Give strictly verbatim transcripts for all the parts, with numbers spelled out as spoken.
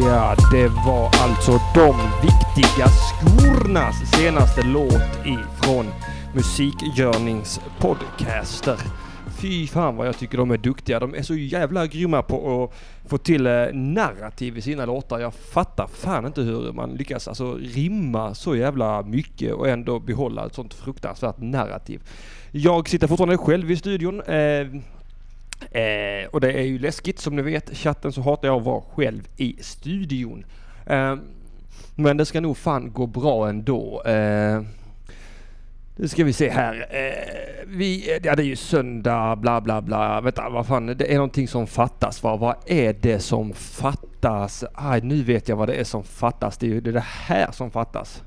Ja, det var alltså De Viktiga Skornas senaste låt ifrån Musikgörningspodcaster. Fy fan vad jag tycker de är duktiga. De är så jävla grymma på att få till narrativ i sina låtar. Jag fattar fan inte hur man lyckas alltså rimma så jävla mycket och ändå behålla ett sånt fruktansvärt narrativ. Jag sitter fortfarande själv i studion. Eh, Eh, och det är ju läskigt, som ni vet. Chatten så hatar jag att vara själv i studion. Eh, men det ska nog fan gå bra ändå. Eh, nu ska vi se här. Eh, vi, ja, det är ju söndag, bla bla bla. Vänta, vad fan, det är någonting som fattas. Va? Vad är det som fattas? Aj, nu vet jag vad det är som fattas. Det är ju det, det här som fattas.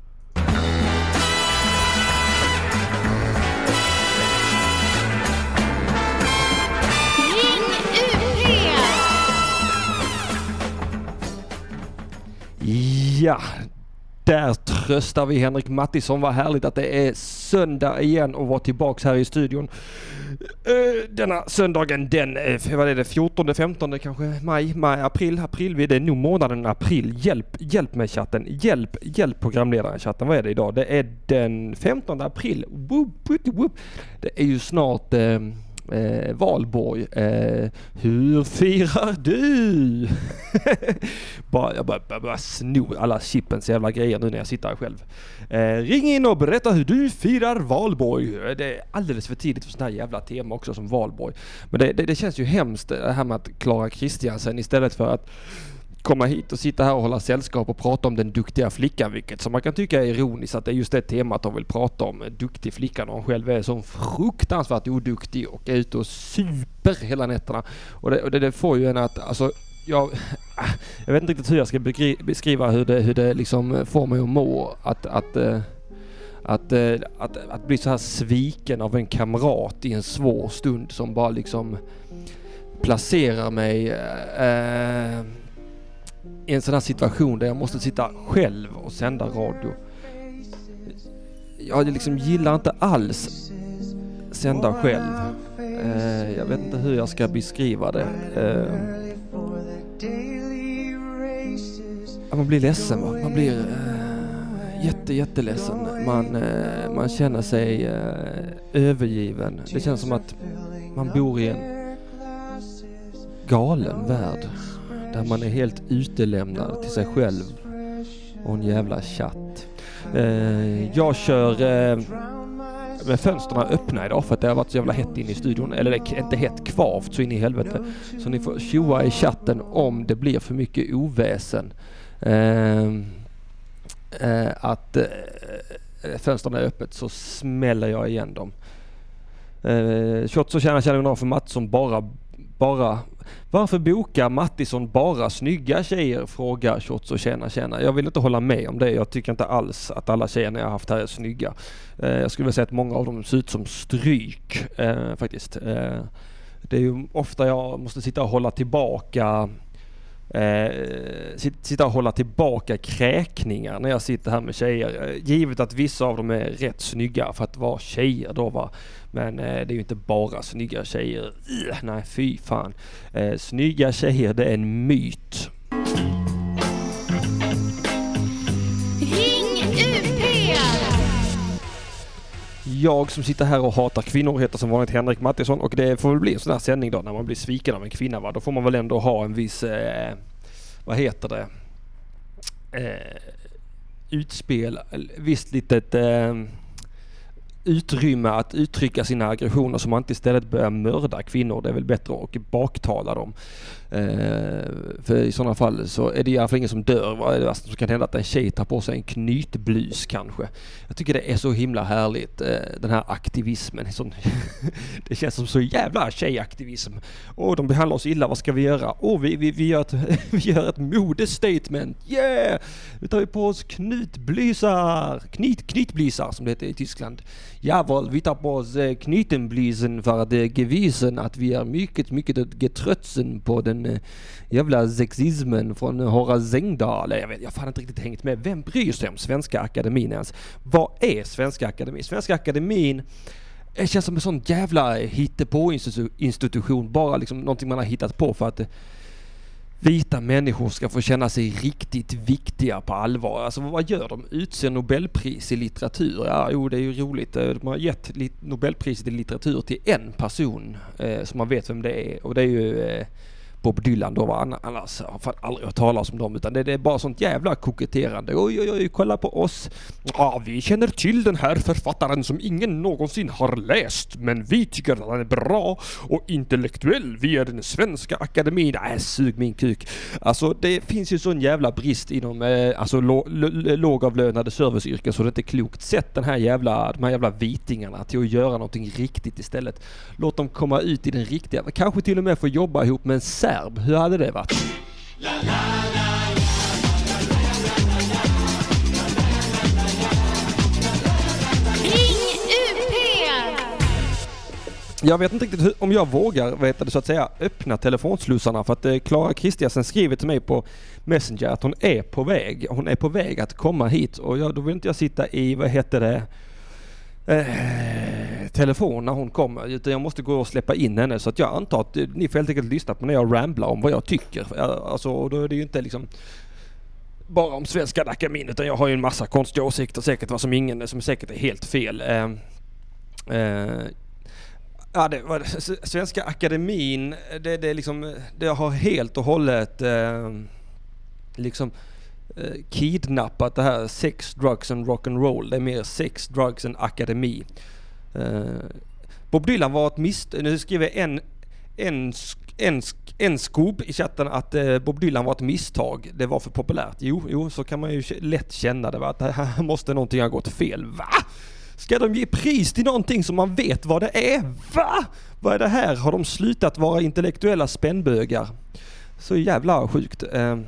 Ja, där tröstar vi Henrik Mattisson. Vad härligt att det är söndag igen och vara tillbaks här i studion. Uh, denna söndagen, den, uh, vad är det, fjortonde, femtonde kanske, maj, maj, april, april, det är nog månaden april. Hjälp, hjälp med chatten, hjälp, hjälp programledaren chatten. Vad är det idag? Det är den femtonde april. Woop, woop, woop. Det är ju snart... Uh, Eh, Valborg. Eh, hur firar du? bara, jag bara, bara, bara snor alla chippens jävla grejer nu när jag sitter här själv. Eh, ring in och berätta hur du firar Valborg. Det är alldeles för tidigt för sådana här jävla tema också som Valborg. Men det, det, det känns ju hemskt det här med att Clara Kristiansen istället för att komma hit och sitta här och hålla sällskap och prata om den duktiga flickan, vilket som man kan tycka är ironiskt att det är just det temat de vill prata om, duktig flickan, och hon själv är så fruktansvärt oduktig och är ute och super hela nätterna. Och det, och det, det får ju en att, alltså, jag, jag vet inte riktigt hur jag ska beskriva hur det, hur det liksom får mig att må, att, att, att, att, att, att bli så här sviken av en kamrat i en svår stund som bara liksom placerar mig äh, i en sån här situation där jag måste sitta själv och sända radio. Jag liksom gillar inte alls sända själv. Eh, jag vet inte hur jag ska beskriva det. Eh, man blir ledsen, va? Man blir eh, jätte, jätteledsen. Man, eh, man känner sig eh, övergiven. Det känns som att man bor i en galen värld. Där man är helt utelämnad till sig själv och en jävla chatt. Eh, jag kör eh, med fönsterna öppna idag för att det har varit så jävla hett in i studion. Eller det är inte hett, kvavt så in i helvete. Så ni får tjoa i chatten om det blir för mycket oväsen. Eh, eh, att eh, fönsterna är öppet så smäller jag igen dem. Eh, Shots och tjänar känner för Mattisson bara bara varför bokar Mattisson bara snygga tjejer, frågar Shots och tjänar tjänar. Jag vill inte hålla med om det. Jag tycker inte alls att alla tjejer jag har haft här är snygga. Eh, jag skulle vilja säga att många av dem ser ut som stryk eh, faktiskt. Eh, det är ju ofta jag måste sitta och hålla tillbaka Eh, sitta och hålla tillbaka kräkningar när jag sitter här med tjejer, eh, givet att vissa av dem är rätt snygga för att vara tjejer då, va? Men eh, det är ju inte bara snygga tjejer. uh, nej fy fan, eh, snygga tjejer, det är en myt. Ring U P. Jag som sitter här och hatar kvinnor heter som vanligt Henrik Mattisson, och det får väl bli en sån här sändning då när man blir sviken av en kvinna, va? Då får man väl ändå ha en viss eh, vad heter det eh, utspel, visst litet eh, utrymme att uttrycka sina aggressioner, så man inte istället börjar mörda kvinnor. Det är väl bättre att baktala dem. Eh, för i sådana fall så är det i alla fall ingen som dör. Vad är det som kan hända? Att en tjej tar på sig en knytblus kanske. Jag tycker det är så himla härligt, eh, den här aktivismen. Sån det känns som så jävla tjejaktivism. Åh, de behandlar oss illa, vad ska vi göra? Åh, vi, vi, vi, gör ett, vi gör ett modestatement. Yeah! Nu tar vi på oss knytblysar. Knyt, knytblysar som det heter i Tyskland. Jawohl, vi tar på oss eh, knytenblysen för att eh, gevisen att vi är mycket, mycket getrötsen på den eh, jävla sexismen från Horace Engdahl. Jag vet, jag har inte riktigt hängt med. Vem bryr sig om Svenska Akademin ens? Vad är Svenska Akademin? Svenska Akademin det känns som en sån jävla hittepå institution, bara liksom någonting man har hittat på för att vita människor ska få känna sig riktigt viktiga på allvar. Alltså vad gör de? Utser Nobelpris i litteratur? Ja, jo, det är ju roligt. De har gett Nobelpriset i litteratur till en person eh, som man vet vem det är. Och det är ju eh, Bob Dylan då, var annars har fan aldrig hört talas om dem, utan det, det är bara sånt jävla koketterande. Oj, oj, oj, kolla på oss. Ja, vi känner till den här författaren som ingen någonsin har läst, men vi tycker att han är bra och intellektuell. Vi är den svenska akademin. Nej, sug min kuk. Alltså, det finns ju sån jävla brist inom eh, alltså, lo, lo, lågavlönade serviceyrken, så det är inte klokt. Sätt den här jävla, de här jävla vitingarna till att göra någonting riktigt istället. Låt dem komma ut i den riktiga, kanske till och med få jobba ihop med en serb. Hur hade det varit? Ring U P! Jag vet inte riktigt hur, om jag vågar vet det, så att säga, öppna telefonslussarna, för att eh, Klara Kristiansen skriver till mig på Messenger att hon är på väg. Hon är på väg att komma hit, och jag, då vill inte jag sitta i, vad heter det, Eh, telefon när hon kommer, utan jag måste gå och släppa in henne, så att jag antar att ni får helt enkelt lyssna på när jag ramblar om vad jag tycker. Alltså, då är det ju inte liksom bara om Svenska Akademin, utan jag har ju en massa konstiga åsikter, säkert vad som ingen, som säkert är helt fel. Eh, eh, ja, det var Svenska Akademin, det, det är liksom, det har helt och hållet eh, liksom kidnappat det här sex, drugs and rock and roll. Det är mer sex, drugs and akademi. Uh, Bob Dylan var ett misstag. Nu skriver en en en en skob i chatten att uh, Bob Dylan var ett misstag. Det var för populärt. Jo, jo, så kan man ju lätt känna det, va? Att det här måste någonting ha gått fel. Va? Ska de ge pris till någonting som man vet vad det är? Va? Vad är det här? Har de slutat vara intellektuella spännbögar? Så jävla sjukt. Uh,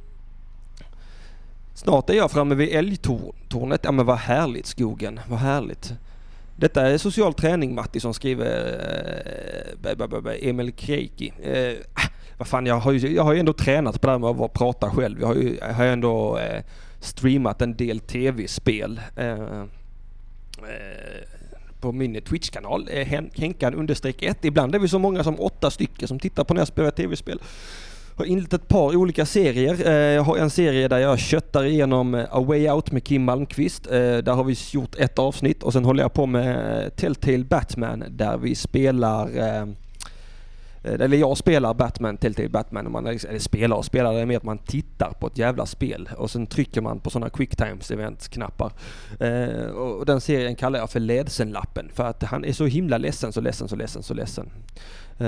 Snart är jag framme vid älgtornet. Ja, men vad härligt, skogen. Vad härligt. Detta är social träning, Matti, som skriver äh, Emil Kreiki. Äh, vad fan, jag har, ju, jag har ju ändå tränat på det här med att prata själv. Jag har ju jag har ändå äh, streamat en del tv-spel äh, äh, på min Twitch-kanal. Äh, Henkan understreck ett. Ibland är vi så många som åtta stycken som tittar på när jag spelar tv-spel. Jag har inlett ett par olika serier. Jag har en serie där jag köttar igenom A Way Out med Kim Malmqvist. Där har vi gjort ett avsnitt, och sen håller jag på med Telltale Batman där vi spelar, eller jag spelar Batman, Telltale Batman. Man eller spelar och spelar, det är mer att man tittar på ett jävla spel och sen trycker man på sådana quick times event knappar. Och den serien kallar jag för Ledsen-lappen, för att han är så himla ledsen, så ledsen, så ledsen, så ledsen. Uh,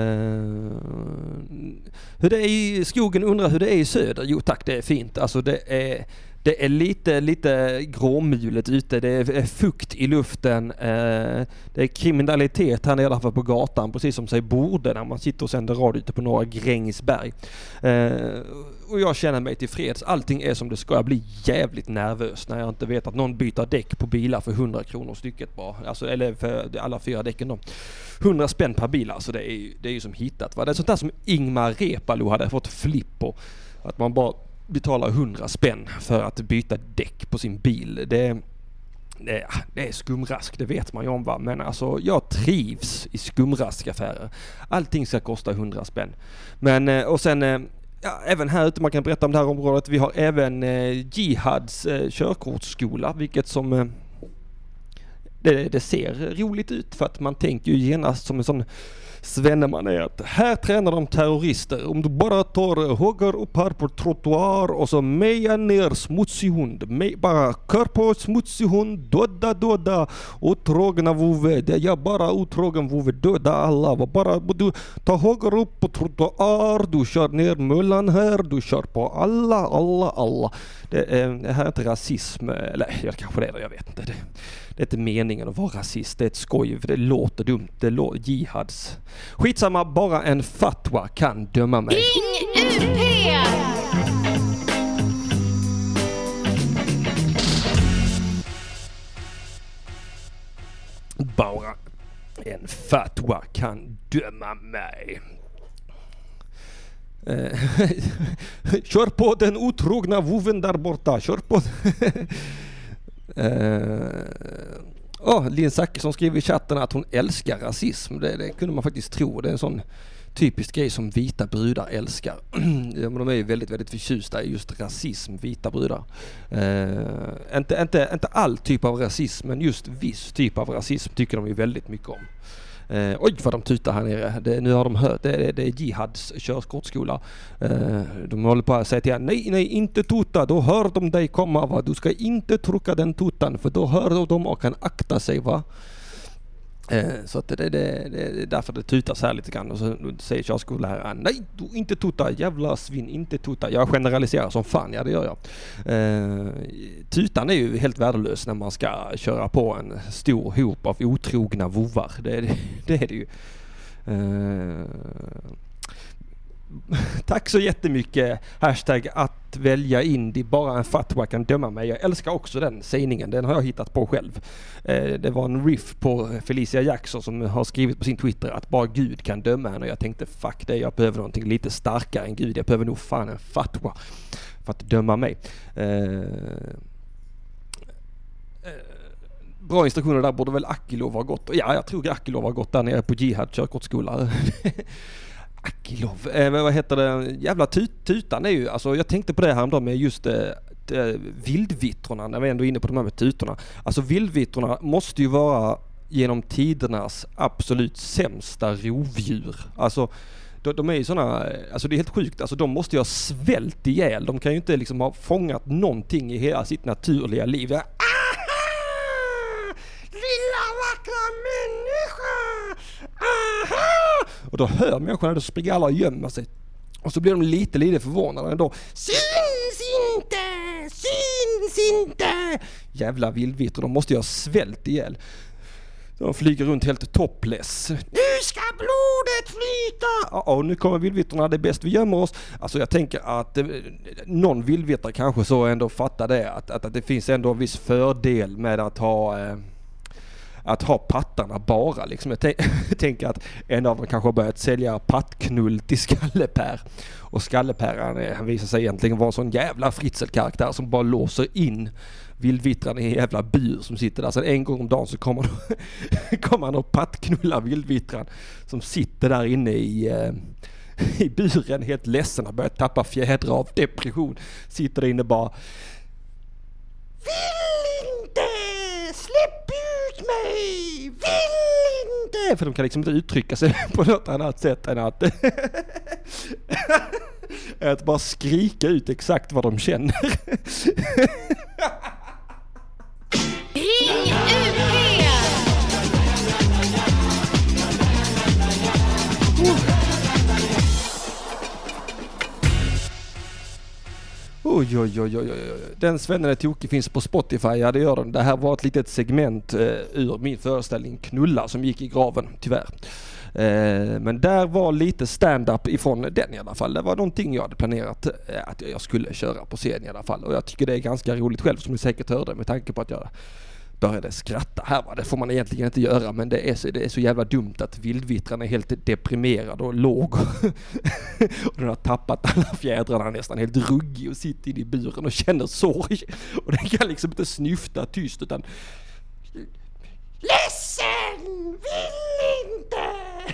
hur det är i skogen, undrar hur det är i söder. Jo tack, det är fint. Alltså det är, det är lite, lite gråmulet ute. Det är fukt i luften. Uh, det är kriminalitet här nere i alla fall på gatan, precis som sig borde när man sitter och sänder radio ute på Norra Grängesberg. Uh, och jag känner mig tillfreds. Allting är som det ska. Jag blir jävligt nervös när jag inte vet att någon byter däck på bilar för hundra kronor stycket bara. Alltså, eller för alla fyra däcken då. hundra spänn per bil, alltså det är, det är ju som hittat. Va? Det är sånt där som Ingmar Repalo hade fått flipp på. Att man bara betalar hundra spänn för att byta däck på sin bil. Det, det, det är skumrask, det vet man ju om, va? Men alltså jag trivs i skumraskaffärer. Allting ska kosta hundra spänn. Men, och sen... Ja, även här ute, man kan berätta om det här området. Vi har även eh, Jihads eh, körkortsskola, vilket som eh, det, det ser roligt ut, för att man tänker ju genast som en sån svenneman är att här tränar de terrorister. Om du bara tar höger upp här på trottoar och så meja ner smutsig hund. Me, bara kör på smutsig hund, döda, döda. Otrogna vove, det är jag bara otrogen vove, döda alla. Bara du tar höger upp på trottoar, du kör ner mullan här, du kör på alla, alla, alla. Det, är, det här är inte rasism, eller jag kanske det är, jag vet inte. Det, det är inte meningen att vara rasist, det är ett skoj, för det låter dumt, det låter jihads. Skitsamma, bara en fatwa kan döma mig. Ring U P! Bara en fatwa kan döma mig. Kör på den otrogna voven där borta. Kör på. Åh, oh, Linn Zachrisson skriver i chatten att hon älskar rasism. Det, det kunde man faktiskt tro. Det är en sån typiskt grej som vita brudar älskar. De är ju väldigt, väldigt förtjusta i just rasism, vita brudar. Eh, inte, inte, inte all typ av rasism, men just viss typ av rasism tycker de ju väldigt mycket om. Eh, oj vad de tutar här nere. Det, nu har de hört. Det, det, det är Jihads körkortsskola. Eh, de håller på att säga till henne, nej, nej, inte tuta. Då hör de dig komma, va? Du ska inte trycka den tutan, för då hör de och kan akta sig, va? Eh, så att det, det, det, det är därför det tutas här lite grann. Och så säger körskoleläraren, nej, du inte tuta, jävla svin, inte tuta. Jag generaliserar som fan, ja det gör jag. Eh, tutan är ju helt värdelös när man ska köra på en stor hop av otrogna vovar. Det, det, det är det ju. Eh, Tack så jättemycket. Hashtag att välja indie. Bara en fatwa kan döma mig. Jag älskar också den sägningen. Den har jag hittat på själv. Eh, det var en riff på Felicia Jackson som har skrivit på sin Twitter att bara Gud kan döma henne. Och jag tänkte fuck det. Jag behöver någonting lite starkare än Gud. Jag behöver nog fan en fatwa för att döma mig. Eh, Bra instruktioner där borde väl Akilov ha gått. Ja, jag tror Akilov har gått där nere på Jihad körkortsskola. Akilov, eh, vad heter det? Jävla tut, tutan är ju, alltså jag tänkte på det här med just eh, eh, vildvittrorna, när vi ändå är inne på de här med tutorna. Alltså vildvittrorna måste ju vara genom tidernas absolut sämsta rovdjur. Alltså de, de är ju såna, alltså det är helt sjukt, alltså de måste ju ha svält ihjäl. De kan ju inte liksom ha fångat någonting i hela sitt naturliga liv. Aha! Lilla vackra människa! Aha! Och då hör människorna, då springer alla och gömmer sig. Och så blir de lite, lite förvånade ändå. Syns inte! Syns inte! Jävla vildvittror, de måste ju ha svält ihjäl. De flyger runt helt topless. Nu ska blodet flyta! Ja, och nu kommer vildvittrorna, det är bäst vi gömmer oss. Alltså jag tänker att eh, någon vildvittra kanske så ändå fattar det. Att, att, att det finns ändå en viss fördel med att ha... Eh, att ha pattarna bara liksom. Jag t- tänker att en av dem kanske har börjat sälja pattknull till Skallepär. Och Skallepär, han, han visar sig egentligen vara en sån jävla fritzelkaraktär som bara låser in vildvittran i en jävla bur som sitter där. Sen en gång om dagen så kommer han, kommer han och pattknullar vildvittran som sitter där inne i, eh, i buren helt ledsen och börjar tappa fjädrar av depression. Sitter där inne bara: vill inte! Släpp ut mig! Vill inte! För de kan liksom inte uttrycka sig på något annat sätt än att att bara skrika ut exakt vad de känner. Ring U P! Oj, oj, oj, oj, oj. Den Svennen är tokig finns på Spotify. Ja, det gör den. Det här var ett litet segment eh, ur min föreställning Knulla som gick i graven, tyvärr. Eh, men där var lite stand-up ifrån den i alla fall. Det var någonting jag hade planerat eh, att jag skulle köra på scen i alla fall. Och jag tycker det är ganska roligt själv, som ni säkert hörde, med tanke på att jag började skratta här. Va? Det får man egentligen inte göra, men det är så, det är så jävla dumt att vildvittran är helt deprimerad och låg. Och den har tappat alla fjädrarna, nästan helt ruggig och sitter inne i buren och känner sorg. Och den kan liksom inte snyfta tyst utan... Ledsen! Vill inte!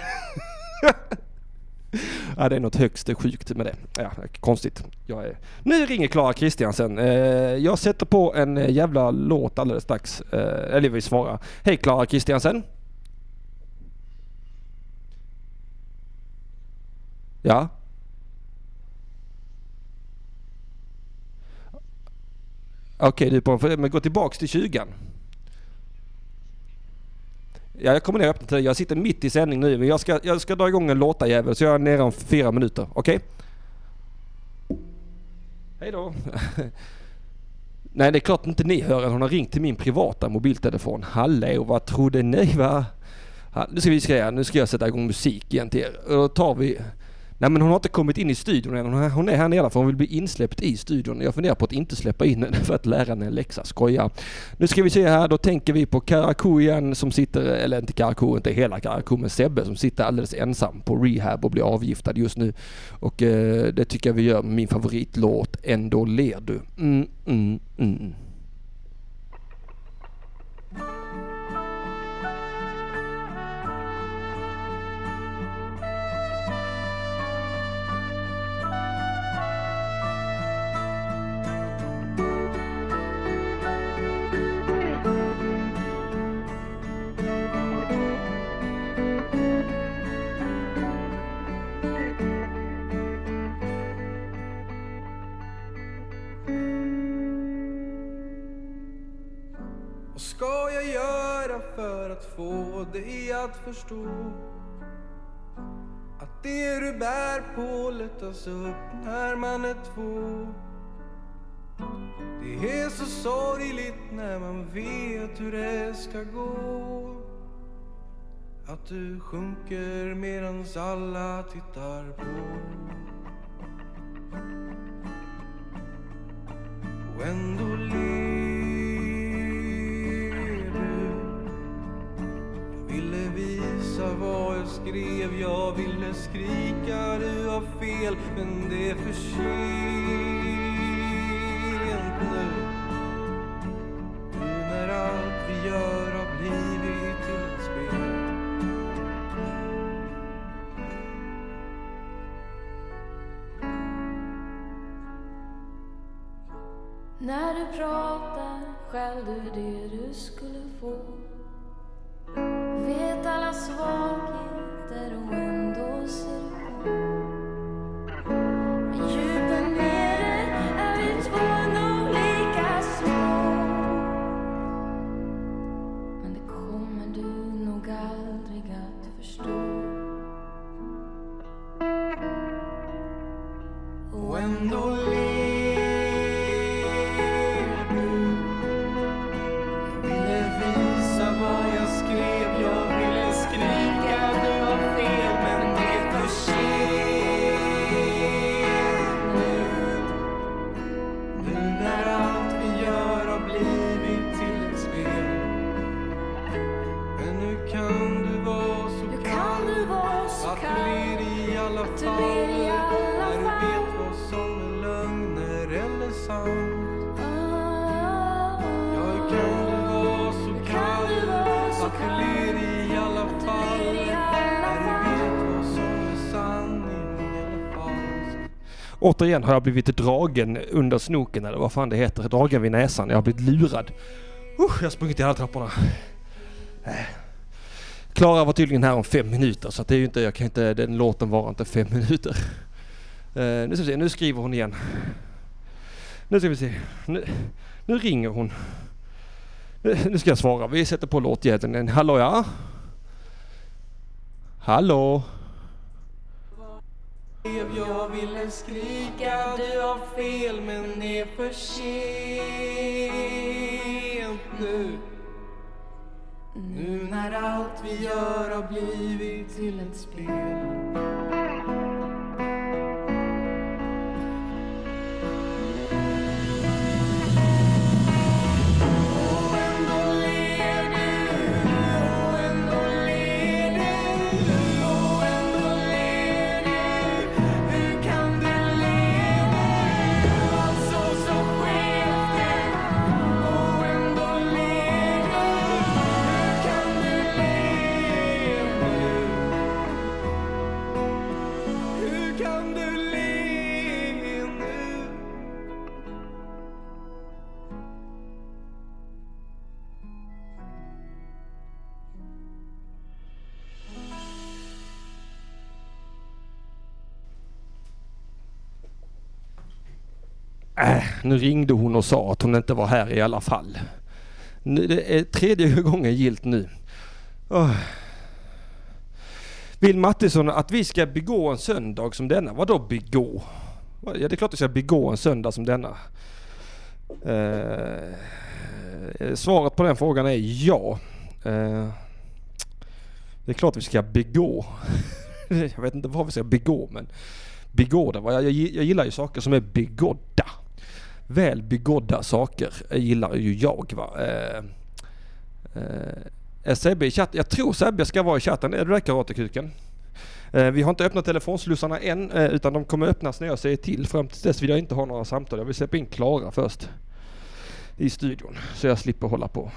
Ja, det är något högst sjukt med det. Ja, konstigt. Jag är... Nu ringer Clara Kristiansen. Eh, jag sätter på en jävla låt alldeles strax. Eh, eller vi svarar. Hej Clara Kristiansen. Ja. Okej, okay, du är på... Men gå tillbaks till tjugan. Ja, jag kommer ner och öppna till dig. Jag sitter mitt i sändning nu, men jag ska, jag ska dra igång en låta jävel, så jag är nere om fyra minuter. Okej? Okay? Hej då. Nej, det är klart inte ni hör. Hon har ringt till min privata mobiltelefon. Hallå, vad trodde ni, va? Nu ska vi skriva, nu ska jag sätta igång musik igen till er. Och då tar vi... Nej, men hon har inte kommit in i studion än. Hon är här nere för hon vill bli insläppt i studion. Jag funderar på att inte släppa in henne för att lära henne en läxa. Skoja. Nu ska vi se här. Då tänker vi på Karakou igen som sitter, eller inte Karakou, inte hela Karakou, men Sebbe som sitter alldeles ensam på rehab och blir avgiftad just nu. Och eh, det tycker jag vi gör med min favoritlåt Ändå ler du. Mm, mm, mm. att få dig att förstå att det du bär på lättas upp när man är två. Det är så sorgligt när man vet hur det ska gå, att du sjunker medans alla tittar på. Och ändå ler du. Jag ville visa vad jag skrev, jag ville skrika du har fel, men det är för sent nu. Nu när allt vi gör har blivit till ett spel. När du pratar själv du det du skulle få. Vet alla svagheter och ändå ser du på. Men djupen nere är vi två nog lika små. Men det kommer du nog aldrig att förstå. Och ändå ler. Återigen har jag blivit dragen under snoken, eller vad fan det heter. Dragen vid näsan. Jag har blivit lurad. Uh, jag har sprungit i alla trapporna. Äh. Klara var tydligen här om fem minuter, så att det är ju inte, jag kan inte, den låten var inte fem minuter. Uh, nu ska vi se, nu skriver hon igen. Nu ska vi se. Nu, nu ringer hon. Nu, nu ska jag svara. Vi sätter på låtjäten. Hallå ja? Hallå? Jag ville skrika du har fel, men det är för sent nu. Nu när allt vi gör har blivit till ett spel. Äh, nu ringde hon och sa att hon inte var här i alla fall. Nu, det är tredje gången gilt nu. Oh. Vill Mattisson att vi ska begå en söndag som denna? Vad då begå? Ja, det är klart att vi ska begå en söndag som denna. Eh, svaret på den frågan är ja. Eh, det är klart att vi ska begå. Jag vet inte vad vi ska begå, men begåda. Jag, jag, jag gillar ju saker som är begådda. Väl begådda saker gillar ju jag. Va? Eh, eh, S B i chatt. Jag tror Sebbe ska vara i chatten. Är du där, Karatekuken? Eh, vi har inte öppnat telefonslussarna än, eh, utan de kommer öppnas när jag säger till. Fram till dess vill jag inte ha några samtal. Jag vill släppa in Klara först i studion, så jag slipper hålla på.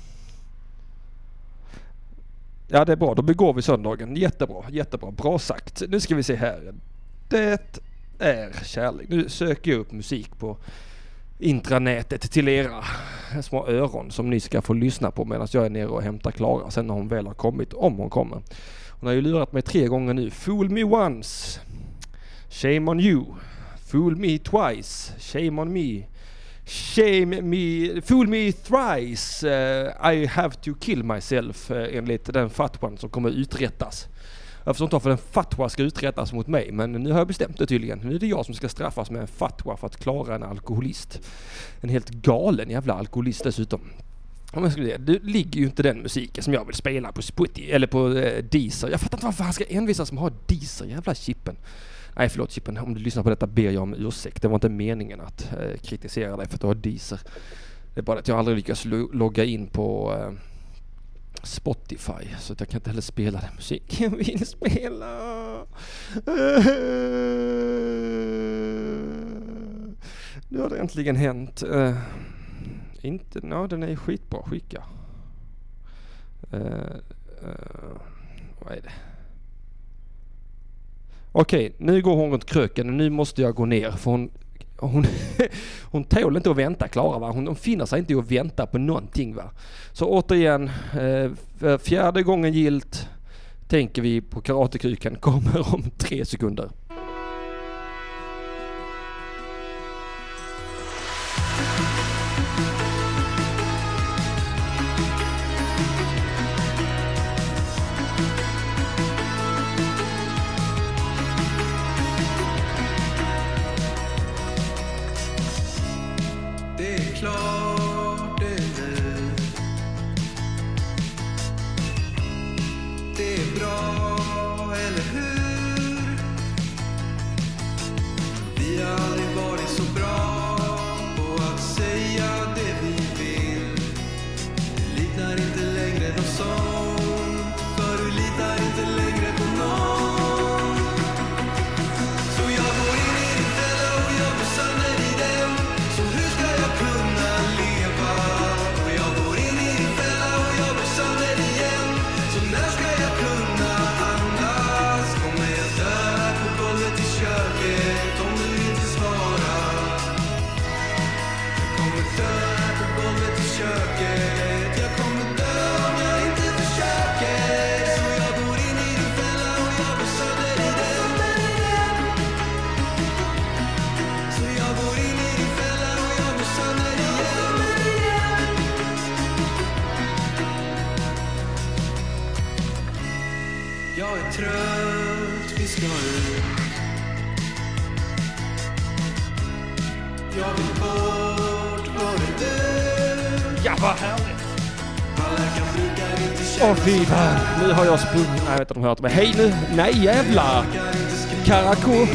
Ja, det är bra. Då begår vi söndagen. Jättebra, jättebra. Bra sagt. Nu ska vi se här. Det är kärlek. Nu söker jag upp musik på intranätet till era små öron som ni ska få lyssna på medan jag är nere och hämtar Klara sen när hon väl har kommit, om hon kommer. Hon har ju lurat mig tre gånger nu. Fool me once, shame on you. Fool me twice, shame on me. Shame me, fool me thrice, uh, I have to kill myself, uh, enligt den fatwan som kommer uträttas. Jag förstår inte varför en fatwa ska uträttas mot mig, men nu har jag bestämt det tydligen. Nu är det jag som ska straffas med en fatwa för att klara en alkoholist. En helt galen jävla alkoholist dessutom. Om jag skulle, det ligger ju inte den musiken som jag vill spela på Spotify eller på eh, Deezer. Jag fattar inte varför han ska envisas som har Deezer, jävla chippen. Nej förlåt chippen, om du lyssnar på detta ber jag om ursäkt. Det var inte meningen att eh, kritisera dig för att du har Deezer. Det är bara att jag aldrig lyckas lo- logga in på eh, Spotify, så att jag kan inte heller spela den musik jag vill spela. Nu har det äntligen hänt. Uh, inte, no, den är skitbra, skicka. Uh, uh, vad är det? Okej, okay, nu går hon runt kröken och nu måste jag gå ner för hon Hon, hon tål inte att vänta, Klara, va? Hon, hon finner sig inte i att vänta på någonting, va? Så återigen, eh, fjärde gången gilt, tänker vi på Karatekryken kommer om tre sekunder. Klart det nu. Det är bra, eller hur? Vi har aldrig varit så bra på att säga det vi vill. Det liknar inte längre något sånt, för du litar inte längre på någon. Så jag går in i din fälla och jag går sönder i den. Så hur ska jag kunna leva? Och jag går in i din fälla och jag går sönder igen. Så när ska jag kunna andas? Kommer jag dö här på golvet i köket om du inte svarar? Jag kommer dö här på golvet i köket. Jag kommer dö om jag inte försöker. Så jag går in i din fälla och jag går sönder i den. Så jag går in i din fälla och jag går sönder igen. Jag är trött, vi ska ut. Jag vill bort, var är du? Ja, vad härligt! Alla kan brukar inte Åh känna fy fan, nu har jag sprungit. Nej, jag vet inte om de hört mig. Hej nu! Nej jävlar! Karakou!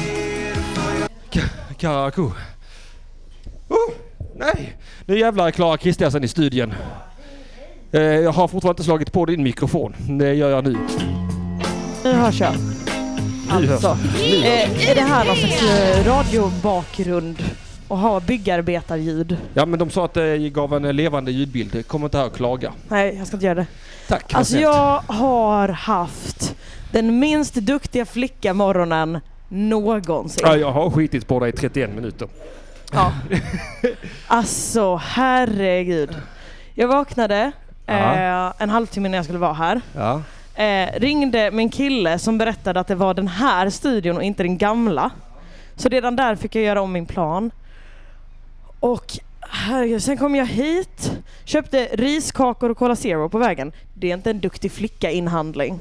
Ka- Karakou! Oh, nej! Nu jävlar är Klara Kristiansen i studion. Eh, jag har fortfarande inte slagit på din mikrofon. Det gör jag nu. Nu hörs jag. Nu hörs Alltså, eh, är det här någon slags eh, radiobakgrund och ha byggarbetarljud? Ja, men de sa att det gav en levande ljudbild. Kom inte här och klaga. Nej, jag ska inte göra det. Tack. vad Alltså snällt. jag har haft den minst duktiga flicka morgonen någonsin. Ja, jag har skitit på dig i trettioen minuter. Ja. Alltså, herregud. Jag vaknade eh, en halvtimme när jag skulle vara här. Ja. Eh, ringde min kille som berättade att det var den här studion och inte den gamla. Så redan där fick jag göra om min plan. Och herregud, sen kom jag hit, köpte riskakor och Cola Zero på vägen. Det är inte en duktig flicka-inhandling.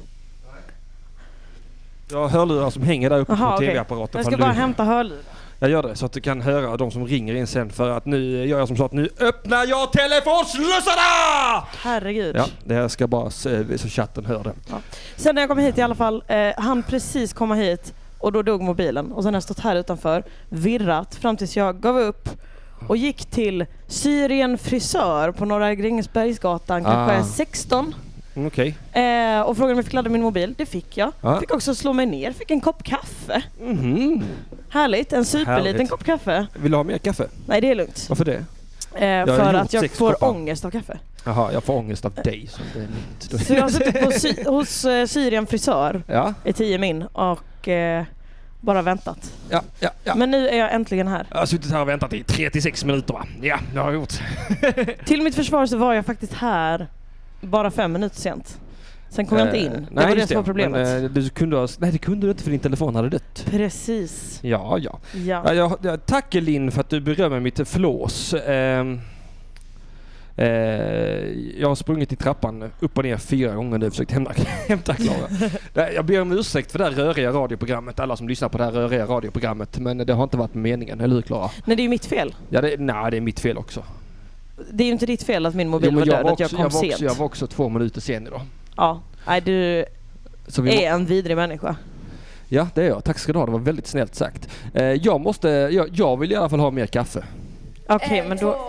Jag har hörlurar som hänger där uppe Aha, på okej. tv-apparaten. Jag ska Fan, bara du- hämta hörlurar. Jag gör det så att du kan höra de som ringer in sen, för att nu gör jag som så att nu öppnar jag telefonslussarna! Herregud. Ja, det här ska bara se, så chatten hör det. Ja. Sen när jag kom hit i alla fall, eh, han precis komma hit och då dog mobilen. Och sen har jag stått här utanför, virrat fram tills jag gav upp och gick till Syrien frisör på Norra Grängesbergsgatan, kanske Ah. sexton. Mm, Okej. Eh, och frågade om jag fick ladda min mobil. Det fick jag. Ja. Fick också slå mig ner. Fick en kopp kaffe. Mhm. Härligt. En superliten Härligt. kopp kaffe. Vill du ha mer kaffe? Nej, det är lugnt. Varför det? Eh, har för gjort att jag sex får koppar. ångest av kaffe. Jaha, jag får ångest av dig. Så det är mitt. Så jag har suttit på sy- hos eh, Syrien frisör Ja, i tio min och eh, bara väntat. ja, ja, ja. Men nu är jag äntligen här. Jag har suttit här och väntat i trettiosex minuter, va? Ja, det har jag gjort. Till mitt försvar så var jag faktiskt här bara fem minuter sent. Sen kom jag inte in. Det nej, var det just som var problemet. Men, eh, du kunde ha, nej, det kunde du inte för din telefon hade dött. Precis. Ja, ja. Ja. ja jag, jag, tack Linn för att du berömmer mitt flås. Eh, eh, jag har sprungit i trappan upp och ner fyra gånger nu och försökt hämta, hämta Klara. Jag ber om ursäkt för det här röriga radioprogrammet, alla som lyssnar på det här röriga radioprogrammet. Men det har inte varit meningen, eller hur Klara? Nej, det är ju mitt fel. Ja, det, nej, det är mitt fel också. Det är ju inte ditt fel att min mobil Jo, var jag död, var att jag också, kom jag var sent. också, jag var också två minuter sen idag. Ja, nej, du Så vi är en vidrig människa. Ja, det är jag. Tack ska du ha. Det var väldigt snällt sagt. Eh, jag måste, jag, jag vill i alla fall ha mer kaffe. Okej, okay, men då...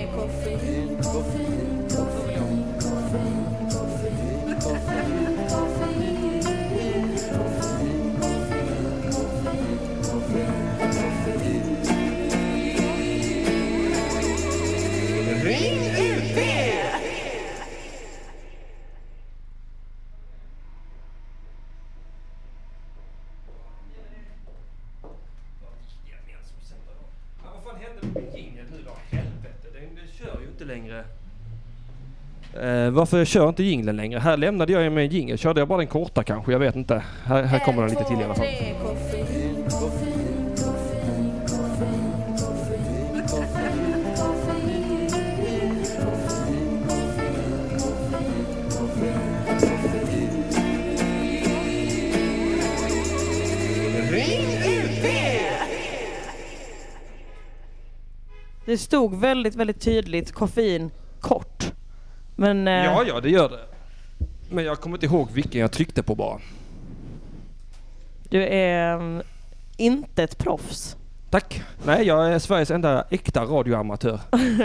Längre. Eh, varför kör inte jingeln längre? Här lämnade jag med jingel. Körde jag bara den korta kanske? Jag vet inte. Här, här kommer den lite till i alla fall. Det stod väldigt, väldigt tydligt koffein kort. Men, eh... Ja, ja, det gör det. Men jag kommer inte ihåg vilken jag tryckte på bara. Du är um, inte ett proffs. Tack. Nej, jag är Sveriges enda äkta radioamatör.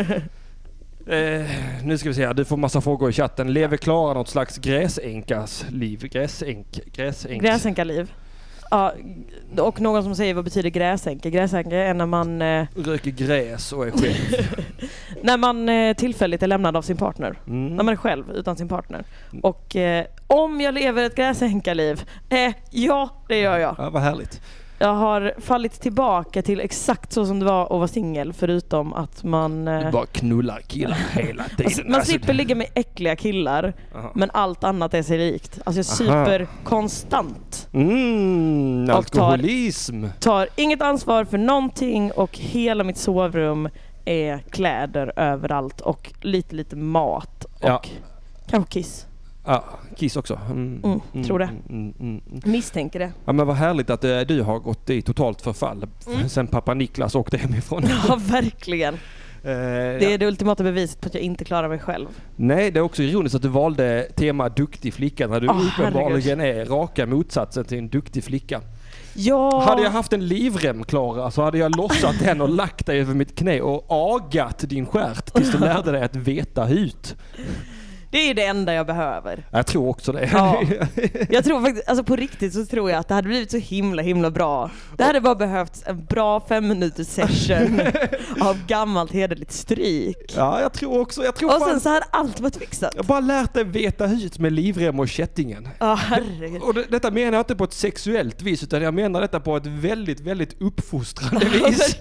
eh, nu ska vi se här. Du får massa frågor i chatten. Lever Klara något slags gräsänkas liv? Gräsänk, gräsänk. Gräsänka-liv. Ja, och någon som säger vad betyder gräsänka? Gräsänka är när man... Eh, röker gräs och är själv. när man eh, tillfälligt är lämnad av sin partner. Mm. När man är själv utan sin partner. Mm. Och eh, om jag lever ett gräsänka-liv? Eh, ja, det gör jag. Ja, vad härligt. Jag har fallit tillbaka till exakt så som det var att vara singel, förutom att man... Eh, du bara knullar killar hela tiden. Alltså, man slipper ligga med äckliga killar, aha. Men allt annat är sig likt. Alltså jag super konstant. Mm, alkoholism. Tar, tar inget ansvar för någonting och hela mitt sovrum är kläder överallt och lite lite mat och ja. Kanske kiss. Ja, kiss också. Mm, mm, mm, tror det. Mm, mm, mm. Misstänker det. Ja, men vad härligt att uh, du har gått i totalt förfall mm. sen pappa Niklas åkte hemifrån. Ja, verkligen. Uh, det är ja. det ultimata beviset på att jag inte klarar mig själv. Nej, det är också ironiskt att du valde tema duktig flicka när du oh, uppenbarligen är raka motsatsen till en duktig flicka. Ja. Hade jag haft en livrem, Klara, så hade jag lossat den och lagt dig över mitt knä och agat din stjärt tills du lärde dig att veta ut. Det är det enda jag behöver. Jag tror också det. Ja. Jag tror faktiskt, alltså på riktigt så tror jag att det hade blivit så himla himla bra. Det hade bara behövts en bra fem minuters session av gammalt hederligt stryk. Ja, jag tror också. Jag tror och fan, sen så hade allt varit fixat. Jag bara lärt dig veta ut med livrem och kättingen. Ja, herregud. Och det, detta menar jag inte på ett sexuellt vis, utan jag menar detta på ett väldigt, väldigt uppfostrande vis.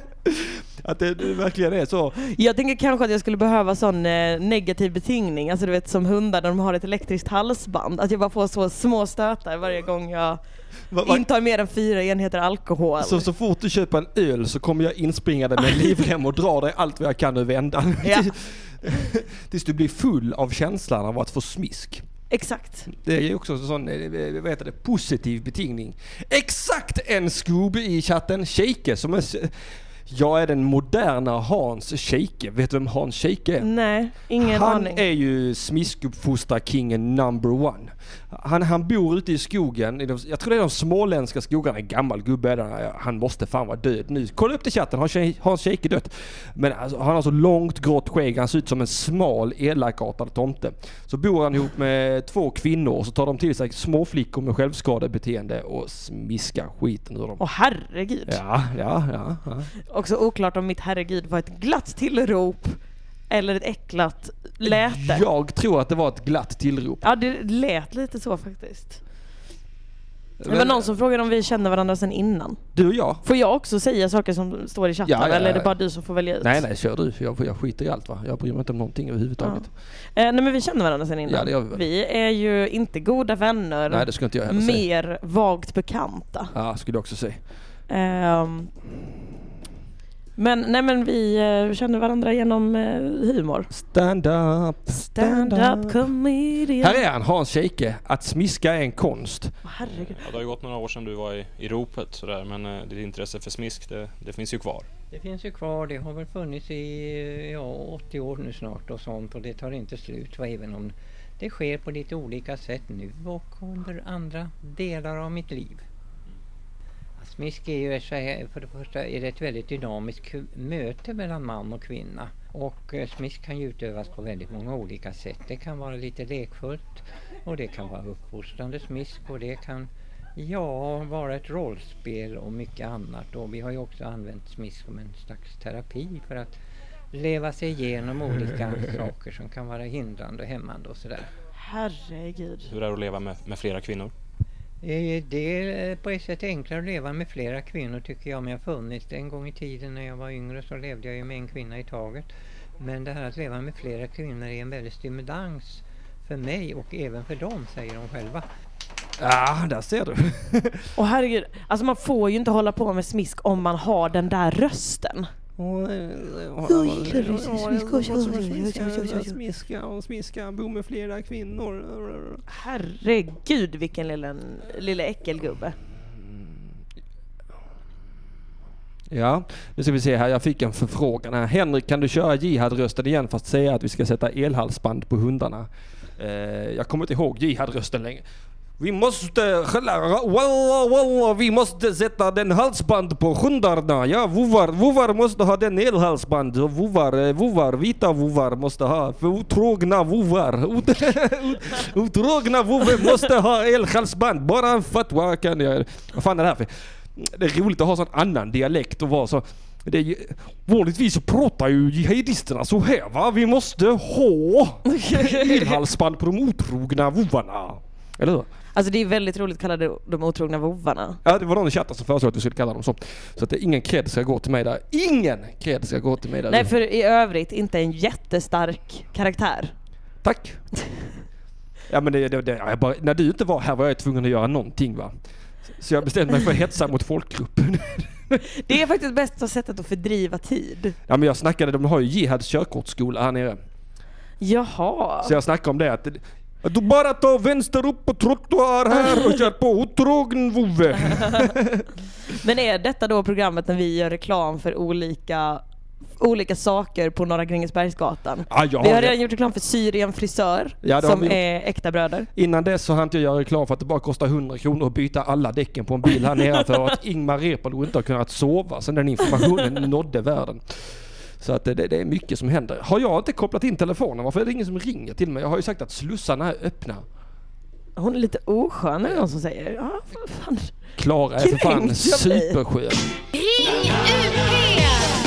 Att det, det verkligen är så. Jag tänker kanske att jag skulle behöva sån eh, negativ betingning. Alltså du vet som hundar när de har ett elektriskt halsband. Att jag bara får så små stötar varje gång jag va, va? intar mer än fyra enheter alkohol. Så, så fort du köper en öl så kommer jag inspringa dig med livrem och dra dig allt vad jag kan över ändan. Ja. Tills du blir full av känslan av att få smisk. Exakt. Det är också en sån, vad heter det, positiv betingning. Exakt en Scoob i chatten. Sheike som är... Jag är den moderna Hans Scheike. Vet du vem Hans Scheike är? Nej, ingen han aning. Han är ju smiskuppfostra-kingen number one. Han, han bor ute i skogen. I de, jag tror det är de småländska skogarna. En gammal gubbe där. Han måste fan vara död nu. Kolla upp till chatten. Har Hans Scheike dött? Men alltså, han har så långt grått skägg. Han ser ut som en smal, elakartad tomte. Så bor han ihop med två kvinnor och så tar de till sig små flickor med självskadebeteende och smiskar skiten ur dem. Åh herregud. Ja, ja, ja. ja. Också oklart om mitt herregud var ett glatt tillrop eller ett äcklat läte. Jag tror att det var ett glatt tillrop. Ja, det lät lite så faktiskt. Det var någon som frågade om vi känner varandra sedan innan. Du och jag? Får jag också säga saker som står i chatten? Ja, ja, ja. Eller är det bara du som får välja ut? Nej, nej, kör du. Jag, jag skiter i allt, va? Jag bryr mig inte om någonting överhuvudtaget. Ja. Eh, nej, men vi känner varandra sedan innan. Ja, det gör vi väl. Vi är ju inte goda vänner. Nej, det skulle inte jag heller säga. Mer vagt bekanta. Ja, skulle jag också säga. Um, men, nej, men vi uh, känner varandra genom uh, humor. Stand up, Stand up comedian. Här är han, Hans Scheike. Att smiska är en konst. Oh, herregud. Ja, det har ju gått några år sedan du var i, i ropet sådär, men eh, ditt intresse för smisk, det, det finns ju kvar. Det finns ju kvar, det har väl funnits i ja, åttio år nu snart och sånt, och det tar inte slut, va, även om det sker på lite olika sätt nu och under andra delar av mitt liv. Smisk är ju så här, för det första är det ett väldigt dynamiskt möte mellan man och kvinna. Och eh, smisk kan ju utövas på väldigt många olika sätt. Det kan vara lite lekfullt och det kan vara uppfostrande smisk och det kan ja, vara ett rollspel och mycket annat. Och vi har ju också använt smisk som en slags terapi för att leva sig igenom olika saker som kan vara hindrande och hämmande och sådär. Herregud. Hur är det att leva med, med flera kvinnor? Det är på ett sätt enklare att leva med flera kvinnor tycker jag, men jag har funnits. En gång i tiden när jag var yngre så levde jag ju med en kvinna i taget. Men det här att leva med flera kvinnor är en väldigt stimulans för mig och även för dem, säger de själva. Ja, där ser du. Och herregud, alltså man får ju inte hålla på med smisk om man har den där rösten. Smiska och smiska, bo med flera kvinnor. Herregud, vilken lilla, lilla äckelgubbe. Ja, nu ska vi se här. Jag fick en förfrågan här. Henrik, kan du köra jihad-rösten igen fast säga att vi ska sätta elhalsband på hundarna? Eh, jag kommer inte ihåg jihad-rösten längre. Vi måste, walla, walla, vi måste sätta den halsband på hundarna. Ja, vovar, vovar måste ha den elhalsband. Och vovar, vovar, vita vovar måste ha. För otrogna vovar. Otrogna vovar måste ha elhalsband. Bara en fatwa kan jag. Vad fan är det här för? Det är roligt att ha sån annan dialekt och vara så. Det är ju, vanligtvis så pratar ju jihadisterna så här, va? Vi måste ha elhalsband på de otrogna vovarna. Eller hur? Alltså det är väldigt roligt att kalla det de otrogna vovarna. Ja, det var någon i chatten som föreslog att vi skulle kalla dem så. Så att det, ingen cred ska gå till mig där. Ingen cred ska gå till mig där. Nej, för i övrigt inte en jättestark karaktär. Tack. Ja, men det, det, det, jag bara, när du inte var här var jag tvungen att göra någonting, va? Så jag bestämde mig för att hetsa mot folkgruppen. Det är faktiskt bästa sättet att fördriva tid. Ja, men jag snackade, de har ju Jihads körkortsskola här nere. Jaha. Så jag snackade om det att du bara tar vänster upp på trottoar här och kör på otrogen vove. Men är detta då programmet när vi gör reklam för olika olika saker på Norra Grängesbergsgatan? Ja, vi har redan gjort reklam för Syrien Frisör, ja, som är äkta bröder. Innan dess så hann inte jag göra reklam för att det bara kostar hundra kronor att byta alla däcken på en bil här nere för att Ingmar Reepalu inte har kunnat sova sen den informationen nådde världen. Så att det, det är mycket som händer. Har jag inte kopplat in telefonen? Varför är det ingen som ringer till mig? Jag har ju sagt att slussarna är öppna. Hon är lite oskön, är det någon som säger. Ja, för fan. Klara är för fan superskön. Ring U P!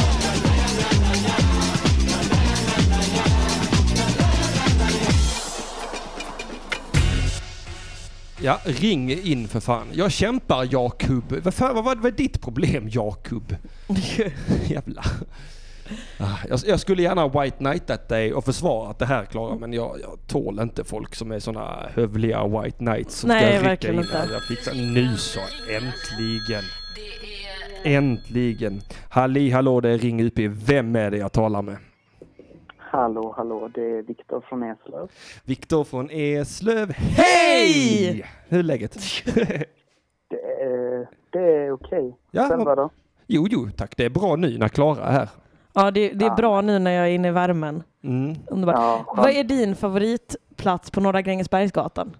Ja, ring in för fan. Jag kämpar, Jakub. Vad fan, vad, vad är ditt problem, Jakub? Jävla. Jag, jag skulle gärna white knightat dig och försvarat det här, Klara, men jag, jag tål inte folk som är såna hövliga white knights som Nej, ska verkligen rycka in. inte. Jag fixar nu så, äntligen. Äntligen. Halli, hallå, det är Ring U P. Vem är det jag talar med? Hallå, hallå, det är Viktor från Eslöv. Viktor från Eslöv. Hej! Hur är läget? Det är, det är okej. Ja, Sen vad då? Jo, jo, tack. Det är bra nu när Klara är här. Ja, det, det är Ja. bra nu när jag är inne i värmen. Mm. Underbart. Ja, Vad är din favoritplats på Norra Grängesbergsgatan?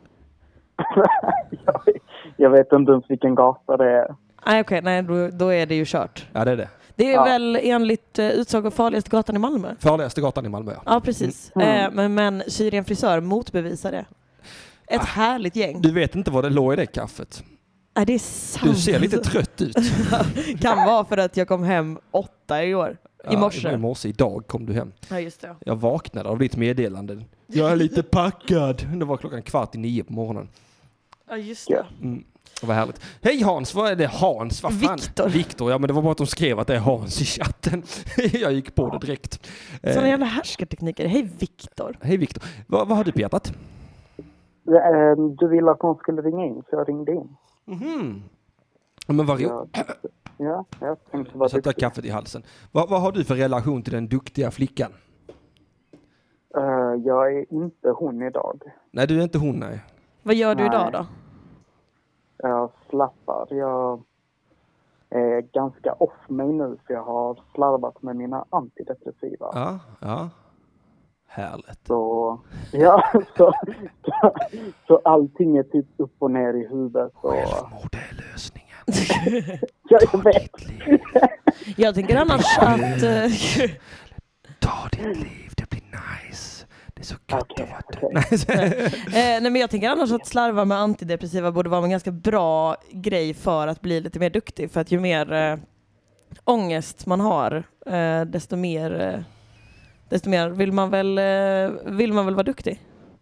jag, jag vet inte ens vilken gata det är. Nej, okej, nej, då, då är det ju kört. Ja, det är det. Det är Ja. väl enligt uh, utsago farligaste gatan i Malmö? Farligaste gatan i Malmö. Ja, precis. Mm. Eh, men, men Syrien Frisör motbevisar det. Ett Ah. härligt gäng. Du vet inte vad det låg i det kaffet. Nej, det är sant. Du ser lite trött ut. Kan vara för att jag kom hem åtta i år. I morse. Ja, i morse. Idag kom du hem. Ja, just det. Jag vaknade av ditt meddelande. Jag är lite packad. Det var klockan kvart i nio på morgonen. Ja, just det. Mm. Vad härligt. Hej Hans, vad är det Hans? Vad fan? Viktor. Viktor, ja men det var bara att de skrev att det är Hans i chatten. Jag gick på det direkt. Sådana Eh, jävla härskartekniker. Hej Viktor. Hej Viktor. Vad, vad har du på hjärtat? Eh, Du ville att hon skulle ringa in, så jag ringde in. Mhm. Men vad ro- Ja, ja jag tänkte Jag vara satte duktig. kaffet i halsen. Vad, vad har du för relation till den duktiga flickan? Eh, Jag är inte hon idag. Nej, du är inte hon, nej. Vad gör du Nej. idag då? Jag slappar. Jag är ganska off mig nu, för jag har slarvat med mina antidepressiva. Ja, ja. Härligt. Så, ja, så, så, så allting är typ upp och ner i huvudet. Så, Självmord är lösningen. ja, jag vet. Jag tänker annars att... eh, Ta ditt liv, det blir nice. Det är så gött Okej, att vara okej. död. eh, nej men jag tänker annars att slarva med antidepressiva borde vara en ganska bra grej för att bli lite mer duktig. För att ju mer eh, ångest man har, eh, desto mer... Eh, desto mer vill man väl, eh, vill man väl vara duktig.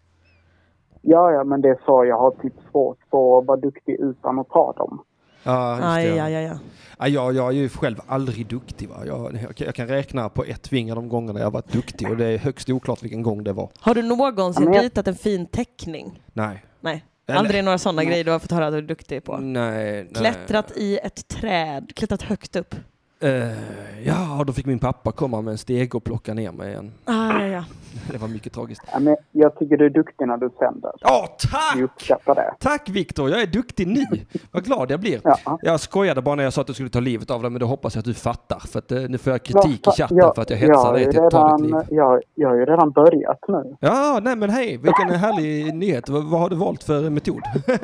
Ja, ja, men det är så. Jag har typ svårt på att vara duktig utan att ta dem. Ja, just det. Aj, ja. aj, aj, aj. Ja, jag, jag är ju själv aldrig duktig. Va? Jag, jag, jag kan räkna på ett finger de gångerna jag har varit duktig och det är högst oklart vilken gång det var. Har du någonsin Ja, men jag- ritat en fin teckning? Nej. Nej. Eller- Aldrig några sådana Nej. grejer du har fått höra att du är duktig på? Nej, nej. Klättrat i ett träd, klättrat högt upp. Eh, ja, då fick min pappa komma med en steg och plocka ner mig igen. Ah, ja, ja. Det var mycket tragiskt. Ja, men jag tycker du är duktig när du sänder. Ja, Vi tack! uppskattar det. Tack Viktor, jag är duktig nu. Vad glad jag blir. Ja. Jag skojade bara när jag sa att du skulle ta livet av dig, men det hoppas jag att du fattar. För att, eh, nu får jag kritik i Va- chatten jag- för att jag jag hetsar har dig ju till att ta ditt liv. redan- Jag, jag har ju redan börjat nu. Ja, nej men hej, vilken härlig nyhet. Vad, vad har du valt för metod?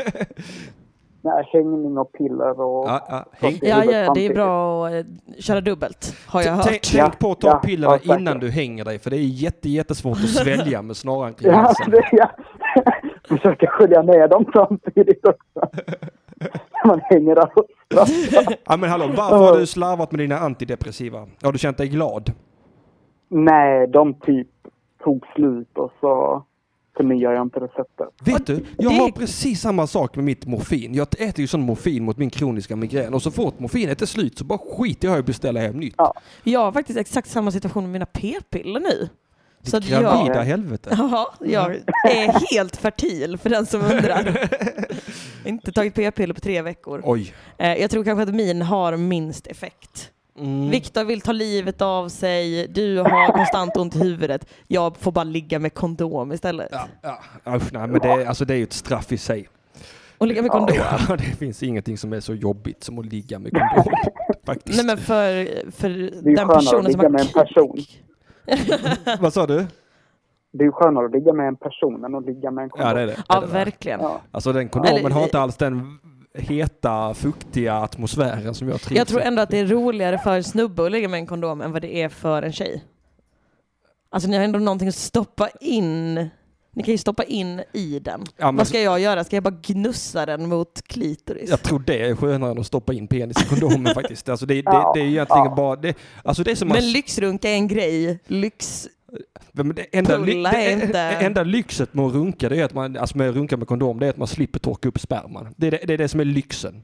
Nej, hängning och piller och... Ja, ja, häng. Ja, ja, det är bra att eh, köra dubbelt, har jag Tänk, hört. tänk på att ta Ja, pillerna ja, säkert. innan du hänger dig, för det är jätte, jättesvårt att svälja med snaran kring Ja, halsen. det, ja. Försöka skölja ner dem samtidigt också. Man hänger där och straffar. Ja, men hallå, varför har du slarvat med dina antidepressiva? Har du känt dig glad? Nej, de typ tog slut och så förnyar jag inte receptet. Vet du, jag det- har precis samma sak med mitt morfin. Jag äter ju sån morfin mot min kroniska migrän och så fort morfinet är slut så bara skiter jag i att beställa hem nytt. Ja. Jag har faktiskt exakt samma situation med mina p-piller nu. Så att Gravida jag, helvete. ja, jag är helt fertil för den som undrar. Inte tagit p-piller på tre veckor. Oj. Eh, Jag tror kanske att min har minst effekt. Mm. Viktor vill ta livet av sig, du har konstant ont i huvudet. Jag får bara ligga med kondom istället. Ja, ja. Usch, nej, men det, alltså, det är ju ett straff i sig. Och ligga med kondom. Ja, det finns ingenting som är så jobbigt som att ligga med kondom. Faktiskt. Nej men för, för är ju den skönare att personen som ligga har med en person. kuk. Vad sa du? Det är ju skönare att ligga med en person än att ligga med en kondom. Ja, det är det. Ja, det är det. verkligen. Ja. Alltså den kondomen Eller- har inte alls den heta, fuktiga atmosfären som jag trivs Jag tror i. ändå att det är roligare för en snubbe att ligga med en kondom än vad det är för en tjej. Alltså ni har ändå någonting att stoppa in. Ni kan ju stoppa in i den. Ja, men Vad ska jag göra? Ska jag bara gnussa den mot klitoris? Jag tror det är skönare än att stoppa in penis i kondomen faktiskt. Alltså det, det, Ja, det är egentligen ja. bara... Det, alltså det är som Men att- lyxrunka är en grej. Lyx... Men det enda, ly- Pulla det är inte- enda lyxet med att runka, det är att man, alltså med att runka med kondom, det är att man slipper torka upp sperman. Det är det, det, är det som är lyxen.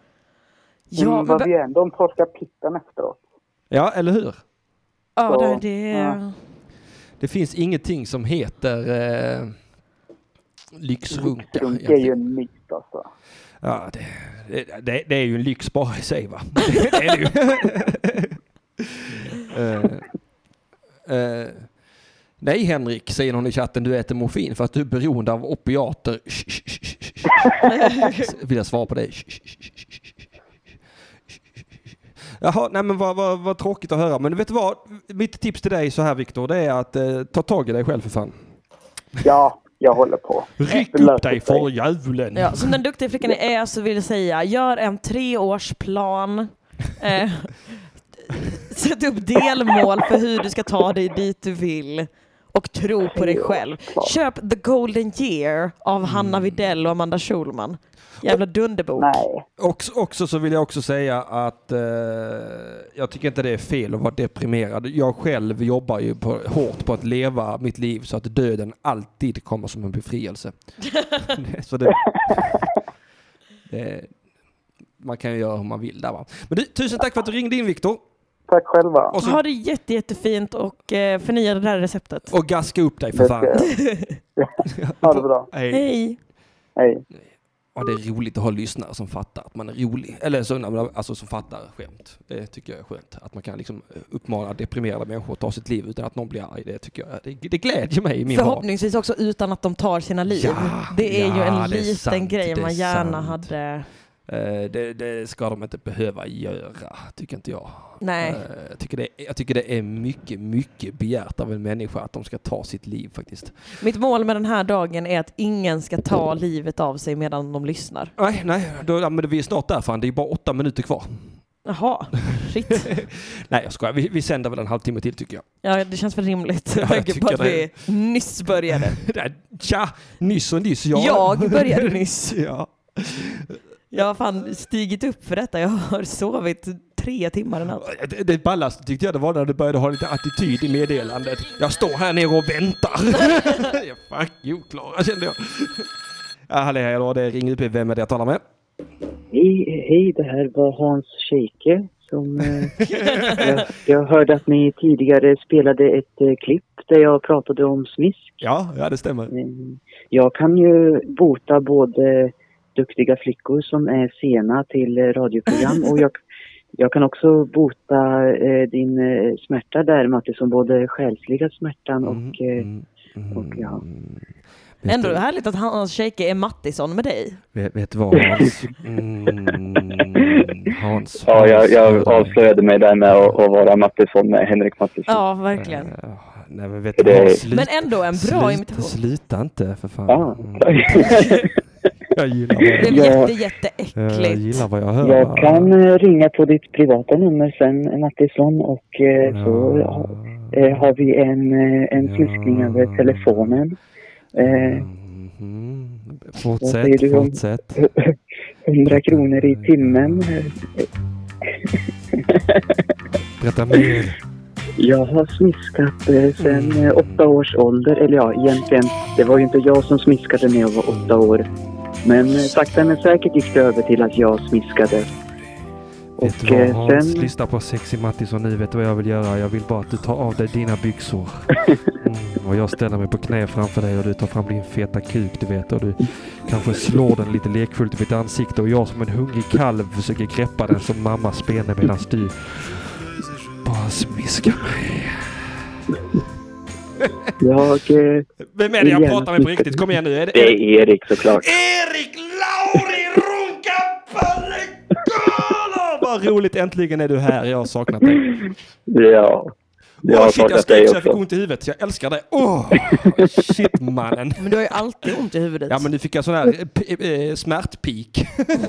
Ja, Mm, men... vad vi ändå de torkar pitten efteråt. Ja, eller hur? Ja, Så, det, det... ja. Det finns ingenting som heter eh, lyxrunka. Lyxrunk är ju egentligen. en myt alltså. Ja, det, det, det, det är ju en lyx bara i sig, va? Det, det är det ju. uh, uh, nej, Henrik, säger någon i chatten, du äter morfin för att du är beroende av opiater. Vill jag svara på det? Jaha, nej men vad, vad, vad tråkigt att höra. Men vet du vad? Mitt tips till dig så här, Viktor, det är att eh, ta tag i dig själv för fan. Ja, jag håller på. Ryck Det löser upp dig sig. för djävulen. Ja, som den duktiga flickan ni är så vill jag säga, gör en treårsplan. Eh, sätt upp delmål för hur du ska ta dig dit du vill. Och tro på dig själv. Köp The Golden Year av Hanna Widell och Amanda Schulman. Jävla dunderbok. Nej. Också, också så vill jag också säga att eh, jag tycker inte det är fel att vara deprimerad. Jag själv jobbar ju på, hårt på att leva mitt liv så att döden alltid kommer som en befrielse. så det, det, man kan ju göra hur man vill där, va. Men du, tusen tack för att du ringde in, Viktor. Tack själva. Och så, Ha det jätte, jättefint och eh, förnya det där receptet. och gaska upp dig för fan. Ha det bra. Hej. Hej. Hej. Ja, det är roligt att ha lyssnare som fattar att man är rolig. Eller så, alltså som fattar skämt. Det tycker jag är skönt. Att man kan liksom uppmana deprimerade människor att ta sitt liv utan att någon blir arg. Det tycker jag, det, det glädjer mig i min Förhoppningsvis också utan att de tar sina liv. Ja, det är ja, ju en det är liten sant, grej det är man gärna sant. hade... Uh, det, det ska de inte behöva göra, tycker inte jag. Nej. Uh, jag, tycker det, jag tycker det är mycket, mycket begärt av en människa att de ska ta sitt liv faktiskt. Mitt mål med den här dagen är att ingen ska ta livet av sig medan de lyssnar. Nej, nej, då, ja, men vi är snart där, fan. Det är bara åtta minuter kvar. Jaha, shit. Nej, jag skojar. Vi, vi sänder väl en halvtimme till, tycker jag. Ja, det känns väl rimligt. Ja, Jag jag tänker på tycker att vi nyss började. Tja, nyss och nyss. Jag, Jag började nyss. ja. Jag har fan stigit upp för detta. Jag har sovit tre timmar en natt. Det, det ballaste tyckte jag det var när du började ha lite attityd i meddelandet. Jag står här nere och väntar. Fuck you, Klara, kände jag. Ja, hallå, hallå, det är Ring U P. Vem är det jag talar med? Hej, hej, det här var Hans Scheike som eh, jag, jag hörde att ni tidigare spelade ett eh, klipp där jag pratade om smisk. Ja, ja, det stämmer. Eh, jag kan ju bota både duktiga flickor som är sena till eh, radioprogram och jag, jag kan också bota eh, din eh, smärta där, Matti, som både själsliga smärtan och, eh, Mm, mm, och ja. Vet Ändå du- härligt att Hans Scheike är Mattisson med dig. Vet, vet du vad, Hans? Mm, Hans. Ja, jag, Hans, jag avslöjade mig där med att, att vara Mattisson med Henrik Mattisson. Ja, verkligen. Eh, nej, men vet du Det- vad? Sluta, Men ändå en bra sluta, imitation. sluta inte, för fan. Ja. Mm. Jag gillar vad Det jag, är Ja. jätte, jätteäckligt. jag gillar vad jag hör. Jag kan eh, ringa på ditt privata nummer sen, Mattisson, och eh, så ja, eh, har vi en, eh, en smiskning över telefonen. Eh, Mhm. Vad säger Fortsätt, du om- fortsätt. hundra kronor i timmen. Berätta mer. Jag har smiskat eh, sedan eh, åtta års ålder. Eller ja, egentligen, det var ju inte jag som smiskade när jag var åtta år. Men eh, sakta men säkert gick det över till att jag smiskade. Vet Och du vad, eh, Hans? sen... Lyssna på Sexy Mattisson nu. Vet du vad jag vill göra? Jag vill bara att du tar av dig dina byxor. Mm, och jag ställer mig på knä framför dig och du tar fram din feta kuk, du vet. Och du kanske slår den lite lekfullt i mitt ansikte. Och jag som en hungrig kalv försöker greppa den som mamma spenar medan du bara smiskar mig. Jag... Eh, Vem är det jag pratar med på riktigt? Kom igen nu. Är det, Det är Erik såklart. Erik Lauri Runkapallegala! Vad roligt, äntligen är du här. Jag har saknat dig. Ja. Jag Åh har shit, jag saknat skrek dig så jag fick också. ont i huvudet. Jag älskar det. Åh, shit mannen. Men du har ju alltid ont i huvudet. Ja, men nu fick jag sån här eh, p- eh, smärtpik.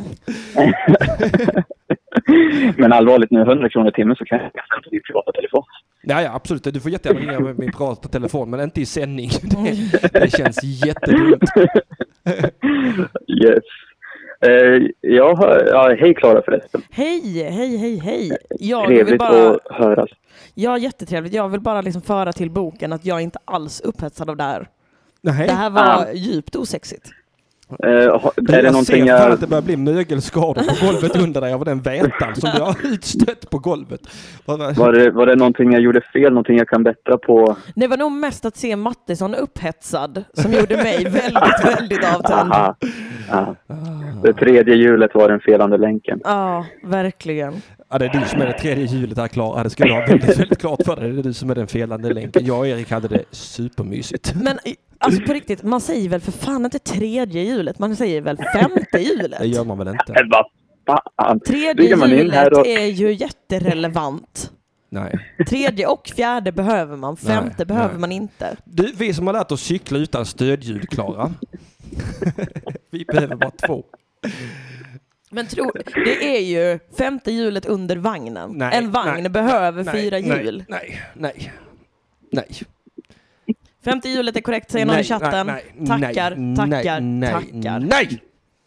Men allvarligt nu, hundra kronor i timmen så kan jag skaffa din privata telefon. Ja, ja, absolut. Du får jättegärna ringa med min prata telefon, men inte i sändning. Det, det känns jättedumt. Yes. Eh, jag har, ja, hej Klara förresten. Hej, hej, hej, hej. Jag vill Trevligt bara... att höras. Ja, jättetrevligt. Jag vill bara liksom föra till boken att jag inte alls upphetsad av det här. Nej. Det här var Ah. djupt osexigt. Eh, ha- är det jag någonting ser fan jag... att det börjar bli mögelskador på golvet under dig av den vätan som du har utstött på golvet. Vad- Var det, var det någonting jag gjorde fel? Någonting jag kan bättra på? Det var nog mest att se Mattisson upphetsad som gjorde mig väldigt, väldigt avtänd. Aha. Aha. Det tredje hjulet var den felande länken. Ja, verkligen. Ja, det är du som är det tredje hjulet här, Klara. Det ska du ha väldigt, väldigt klart för dig. Det är du som är den felande länken. Jag och Erik hade det supermysigt. Men alltså på riktigt, man säger väl för fan inte tredje hjulet, man säger väl femte hjulet. Det gör man väl inte? Men vad fan? Tredje Ligger man in hjulet här och- är ju jätterelevant. Nej. Tredje och fjärde behöver man, femte Nej, behöver nej. man inte. Du, vi som har lärt oss cykla utan stödhjul, Klara. Vi behöver bara två. Men tro, det är ju femte hjulet under vagnen. Nej, en vagn nej, behöver nej, fyra nej, hjul. Nej, nej, nej. Femte hjulet är korrekt, säger någon Nej, i chatten. nej, nej, tackar, nej, tackar, nej, tackar. Nej!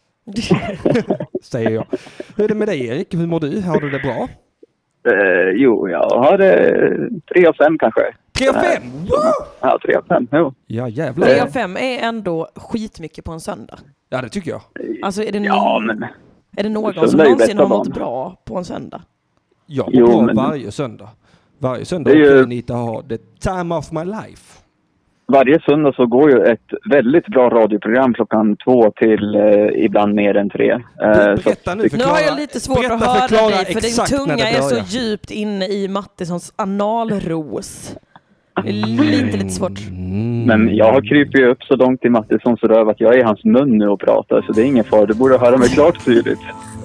Säger jag. Hur är det med dig, Erik? Hur mår du? Har du det bra? Eh, jo, jag har eh, tre av fem kanske. Tre av fem? Ja, tre av fem. Jo. Ja, jävlar. Tre av fem är ändå skitmycket på en söndag. Ja, det tycker jag. Alltså är det Ja, ni... men Är det någon Söndag som är ju någonsin bästa har mått dagen. bra på en söndag? Jag mår Jo, bra men- varje söndag. Varje söndag Det är ju- kan Anita ha the time of my life. Varje söndag så går ju ett väldigt bra radioprogram klockan två till eh, ibland mer än tre. Eh, Du, så berätta nu, att- förklara. Nu har jag lite svårt berätta, att höra förklara dig för din exakt när tunga det är så börjar. djupt inne i Mattissons analros. Det är lite, lite svårt. Mm. Men jag har krypit upp så långt i Mattissons röv att jag är i hans mun nu och pratar, så det är ingen fara. Du borde höra mig klart och tydligt.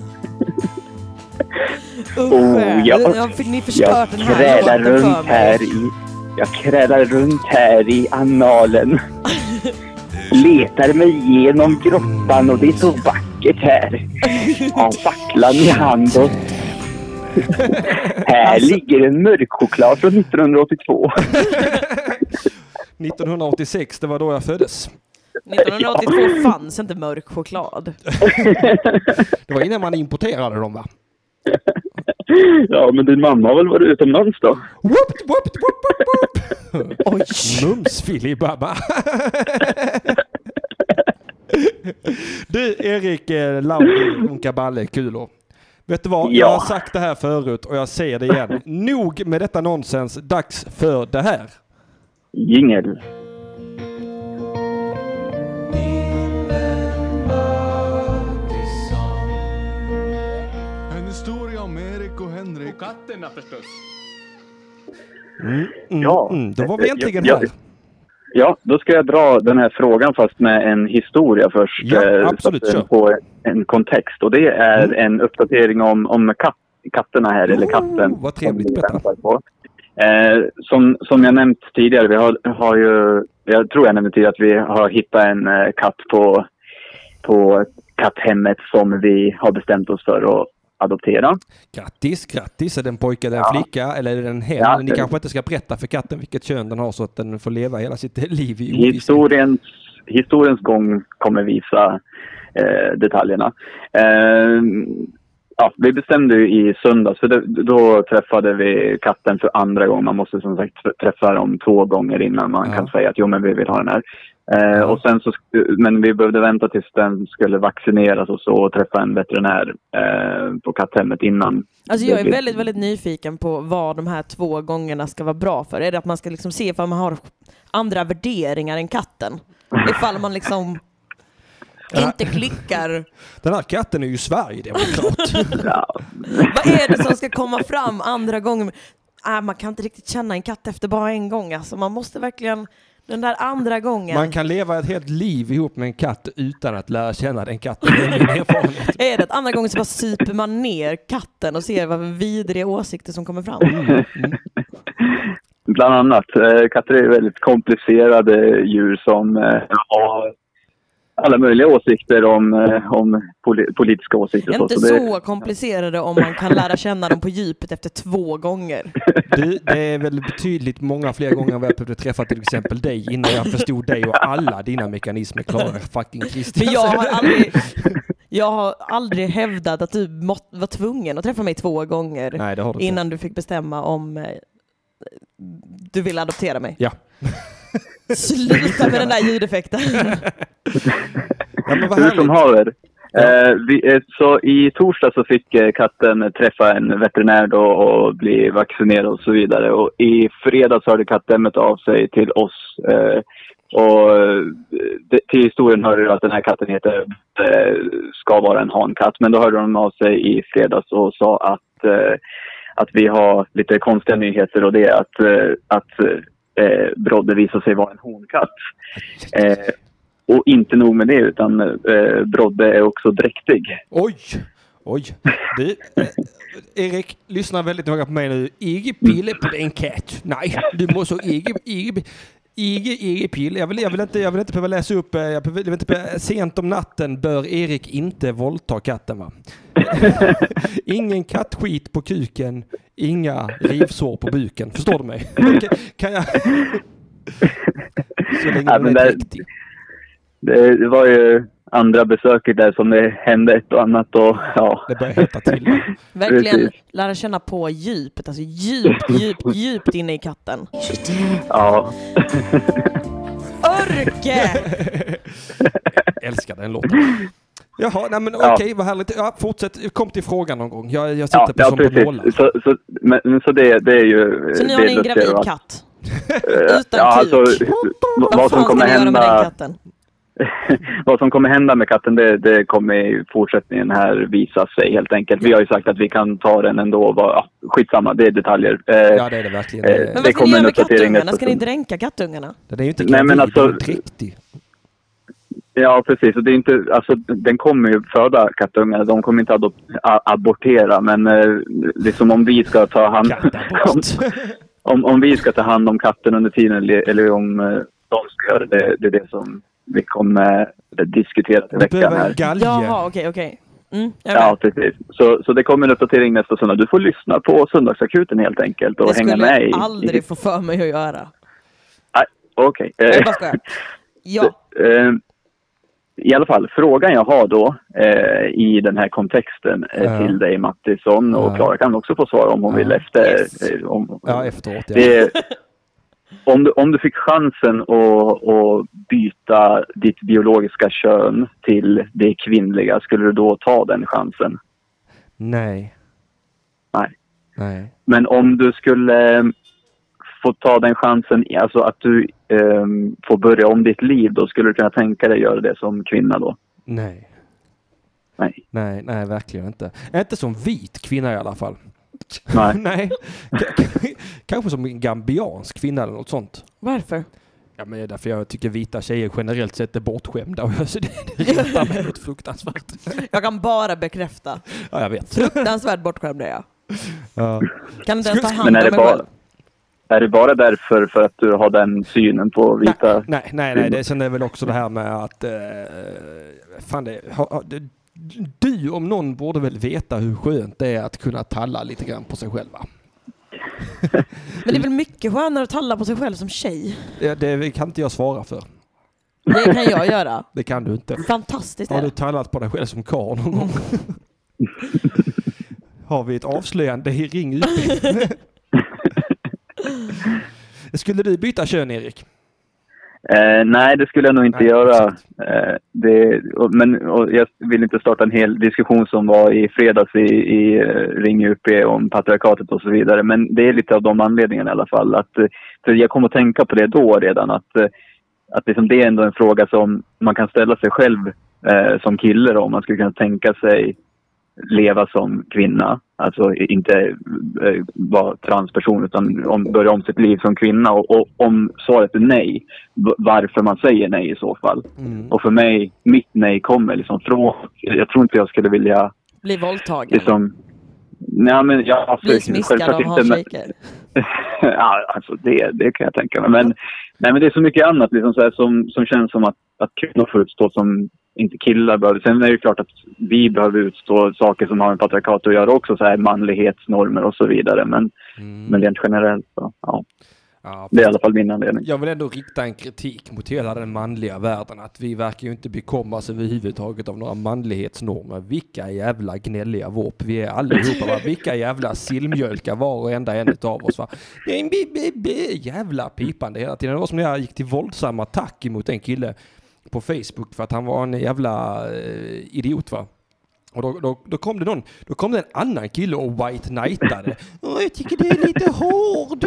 Usch, Oh, jag- nu har ni Jag förstört den här krälar låten för runt mig. här i... Jag krälar runt här i analen. Letar mig igenom grottan och det är så vackert här. Har facklan i hand och... Här Alltså- ligger en mörkchoklad från nittonhundraåttiotvå. nittonhundraåttiosex, det var då jag föddes. nittonhundraåttiotvå fanns inte mörk choklad. Det var innan man importerade dem, va? Ja, men din mamma har väl varit utomlands då? Whoop, whoop, whoop, whoop, whoop. Oj. Mums filibabba. Du, Erik eh, Lauri Unkaballe Kulo. Vet du vad? Ja. Jag har sagt det här förut och jag säger det igen. Nog med detta nonsens. Dags för det här. Jingel. En historia om Erik och Henrik. Och katterna förstås. Mm, mm, Ja. mm. Då var vi äntligen Ja, här. Ja, då ska jag dra den här frågan fast med en historia först. Ja, eh, absolut, så att den kör. får en kontext. Och det är Mm. en uppdatering om, om katt, katterna här, eller Oh, katten. vad trevligt, som vi berätta. väntar på. Eh, som, som jag nämnt tidigare, vi har, har ju, jag tror jag nämnde tidigare att vi har hittat en eh, katt på, på katthemmet som vi har bestämt oss för att adoptera. Grattis, grattis. Är det en pojke eller en Ja. flicka? Eller är det en hen? Ja, Ni det- kanske inte ska berätta för katten vilket kön den har så att den får leva hela sitt liv i ovisshet. Historiens, historiens gång kommer visa eh, detaljerna. Eh, ja, vi bestämde ju i söndags, för det, då träffade vi katten för andra gången. Man måste som sagt träffa dem två gånger innan man Ja. kan säga att jo, men vi vill ha den här. Eh, Ja. och sen så, sk- men vi behövde vänta tills den skulle vaccineras och så och träffa en veterinär eh, på katthemmet innan. Alltså jag är Det- väldigt, väldigt nyfiken på vad de här två gångerna ska vara bra för. Är det att man ska liksom se ifall man har andra värderingar än katten? Ifall man liksom inte klickar. Den här katten är ju Sverigedemokrat. Ja. Vad är det som ska komma fram andra gången? Ah, man kan inte riktigt känna en katt efter bara en gång. Alltså, man måste verkligen, den där andra gången. Man kan leva ett helt liv ihop med en katt utan att lära känna den katten. Det är min erfarenhet. Är det att andra gången så bara super man ner katten och ser vad vidriga åsikter som kommer fram? Mm. Bland annat. Eh, katter är väldigt komplicerade djur som eh, har alla möjliga åsikter om, eh, om poli- politiska åsikter. Inte så det, så komplicerade om man kan lära känna dem på djupet efter två gånger. Du, det är väl betydligt många fler gånger än vad jag behövde träffa till exempel dig innan jag förstod dig och alla dina mekanismer klarar fucking Christian. Men jag har aldrig, jag har aldrig hävdat att du mått, var tvungen att träffa mig två gånger Nej, det har du inte. innan du fick bestämma om eh, du ville adoptera mig. Ja. Sluta med den där ljudeffekten. Ja, men vad hur som härligt. haver. Eh, vi, eh, så i torsdag så fick eh, katten träffa en veterinär då och bli vaccinerad och så vidare. Och i fredags hörde katthemmet av sig till oss. Eh, och eh, det, till historien hörde du att den här katten heter, eh, ska vara en hankatt. Men då hörde de av sig i fredags och sa att, eh, att vi har lite konstiga nyheter. Och det är att, eh, att eh, Brodde visar sig vara en honkatt. Eh, och inte nog med det, utan eh, Brodde är också dräktig. Oj, oj. Du, eh, Erik, lyssna väldigt noga på mig nu. Ige pille på en katt. Nej, du måste Ige, Ige, Ige, Ige pille. Jag vill, jag vill inte, jag vill inte behöva läsa upp. eh, Jag vill, jag vill inte behöva, sent om natten bör Erik inte våldta katten, va? Ingen kattskit på kuken, inga rivsår på buken. Förstår du mig? Kan jag? Så länge Ja, den men är det- riktig. Det, det var ju andra besöket där som det hände ett och annat och ja. Det börjar heta till. Verkligen Precis. lära känna på djupet, alltså djupt, djupt, djupt inne i katten. Ja. Örke! Älskar den låten. Jaha, nej men Ja. okej, vad härligt. Ja, fortsätt. Kom till frågan någon gång. Jag, jag sitter Ja, på ja som på precis. nålar. Så, så, men, så det, det är ju... Så nu det har ni en lustiga gravid att- katt? Eh, Utan ja, kuk. alltså, vad Vad som fan kommer ska ni göra med den hända... katten? Vad som kommer hända med katten, det, det kommer i fortsättningen här visa sig helt enkelt. Vi har ju sagt att vi kan ta den ändå. Ja, skitsamma, det är detaljer. Eh, Ja, det är det verkligen. eh, Det- Men det vad ska ni kommer göra en med uppdatering kattungarna? nästa Ska ni stund. dränka kattungarna? Den är ju inte Nej, gravid, men alltså- den är dräktig. Ja, precis. Och det är inte, alltså, den kommer ju föda kattungar. De kommer inte adop- a- abortera. Men eh, liksom om vi ska ta hand om, om, om vi ska ta hand om katten under tiden eller, eller om eh, de ska göra det, det är det som vi kommer eh, diskutera i Du veckan behöver en här. galge. Jaha, okej, okej. Mm, jag är Ja, med. precis. Så, så det kommer en uppdatering nästa söndag. Du får lyssna på Söndagsakuten helt enkelt och Det hänga skulle med i... jag aldrig få för mig att göra. Nej, okej. Jag bara skojar. Ja. Eh, I alla fall, frågan jag har då eh, i den här kontexten eh, Ja. till dig Mattisson och Ja. Klara kan också få svara om hon Ja. vill efter. Yes. Eh, om, Ja, efteråt. Ja. det, om, du, om du fick chansen att, att byta ditt biologiska kön till det kvinnliga, skulle du då ta den chansen? Nej. Nej. Nej. Men om du skulle eh, få ta den chansen, alltså att du eh, får börja om ditt liv, då skulle du kunna tänka dig göra det som kvinna då? Nej. Nej. Nej, nej, verkligen inte. Inte som vit kvinna i alla fall. Nej. Nej. K- k- Kanske som en gambiansk kvinna eller något sånt. Varför? Ja, men det är därför jag tycker vita tjejer generellt sett är bortskämda och jag, så det, det retar mig något fruktansvärt. Jag kan bara bekräfta. Ja, jag vet. Fruktansvärt bortskämd är jag. Ja. Kan inte ens ta Men hand är om det mig bara, själv. är det bara därför för att du har den synen på vita? Nej, nej, nej. Det, sen är det väl också det här med att... Eh, fan det, ha, ha, det, du om någon borde väl veta hur skönt det är att kunna talla lite grann på sig själva. Men det är väl mycket skönare att talla på sig själv som tjej? Ja, det kan inte jag svara för. Det kan jag göra. Det kan du inte. Fantastiskt Har är du det. tallat på dig själv som karl någon gång? Har vi ett avslöjande i Ring U P? Skulle du byta kön, Erik? Eh, nej, det skulle jag nog inte Nej, göra. Eh, det, och, men och jag vill inte starta en hel diskussion som var i fredags i, i uh, Ring U P om patriarkatet och så vidare. Men det är lite av de anledningarna i alla fall. Att, eh, för jag kom att tänka på det då redan. Att, eh, att liksom det är ändå en fråga som man kan ställa sig själv eh, som kille då, om man skulle kunna tänka sig leva som kvinna. Alltså inte eh, vara transperson utan om, börja om sitt liv som kvinna. Och, och om svaret är nej, v- varför man säger nej i så fall. Mm. Och för mig, mitt nej kommer liksom från... Jag tror inte jag skulle vilja... Bli våldtagen. Liksom, nej men jag... Alltså, Bli smiskad av självklart Hans men- Scheiker. ja, alltså det, det kan jag tänka mig. Men, nej, men det är så mycket annat liksom, så här, som, som känns som att, att kvinnor får utstå som inte killar behöver. Sen är det ju klart att vi behöver utstå saker som har med patriarkat att göra också, så här manlighetsnormer och så vidare. Men, Mm. men rent generellt så, ja. Ja, Det är i alla fall min anledning. jag vill ändå rikta en kritik mot hela den manliga världen. Att vi verkar ju inte bekommas överhuvudtaget av några manlighetsnormer. Vilka jävla gnälliga våp vi är allihopa. Va? Vilka jävla sillmjölkar var och enda en av oss. Va? Det är en bi- bi- bi- jävla pipande hela tiden. Det var som när jag gick till våldsam attack mot en kille på Facebook för att han var en jävla eh, idiot, va. Och då, då, då kom det någon, då kom det en annan kille och white knightade. Åh, jag tycker det är lite hård.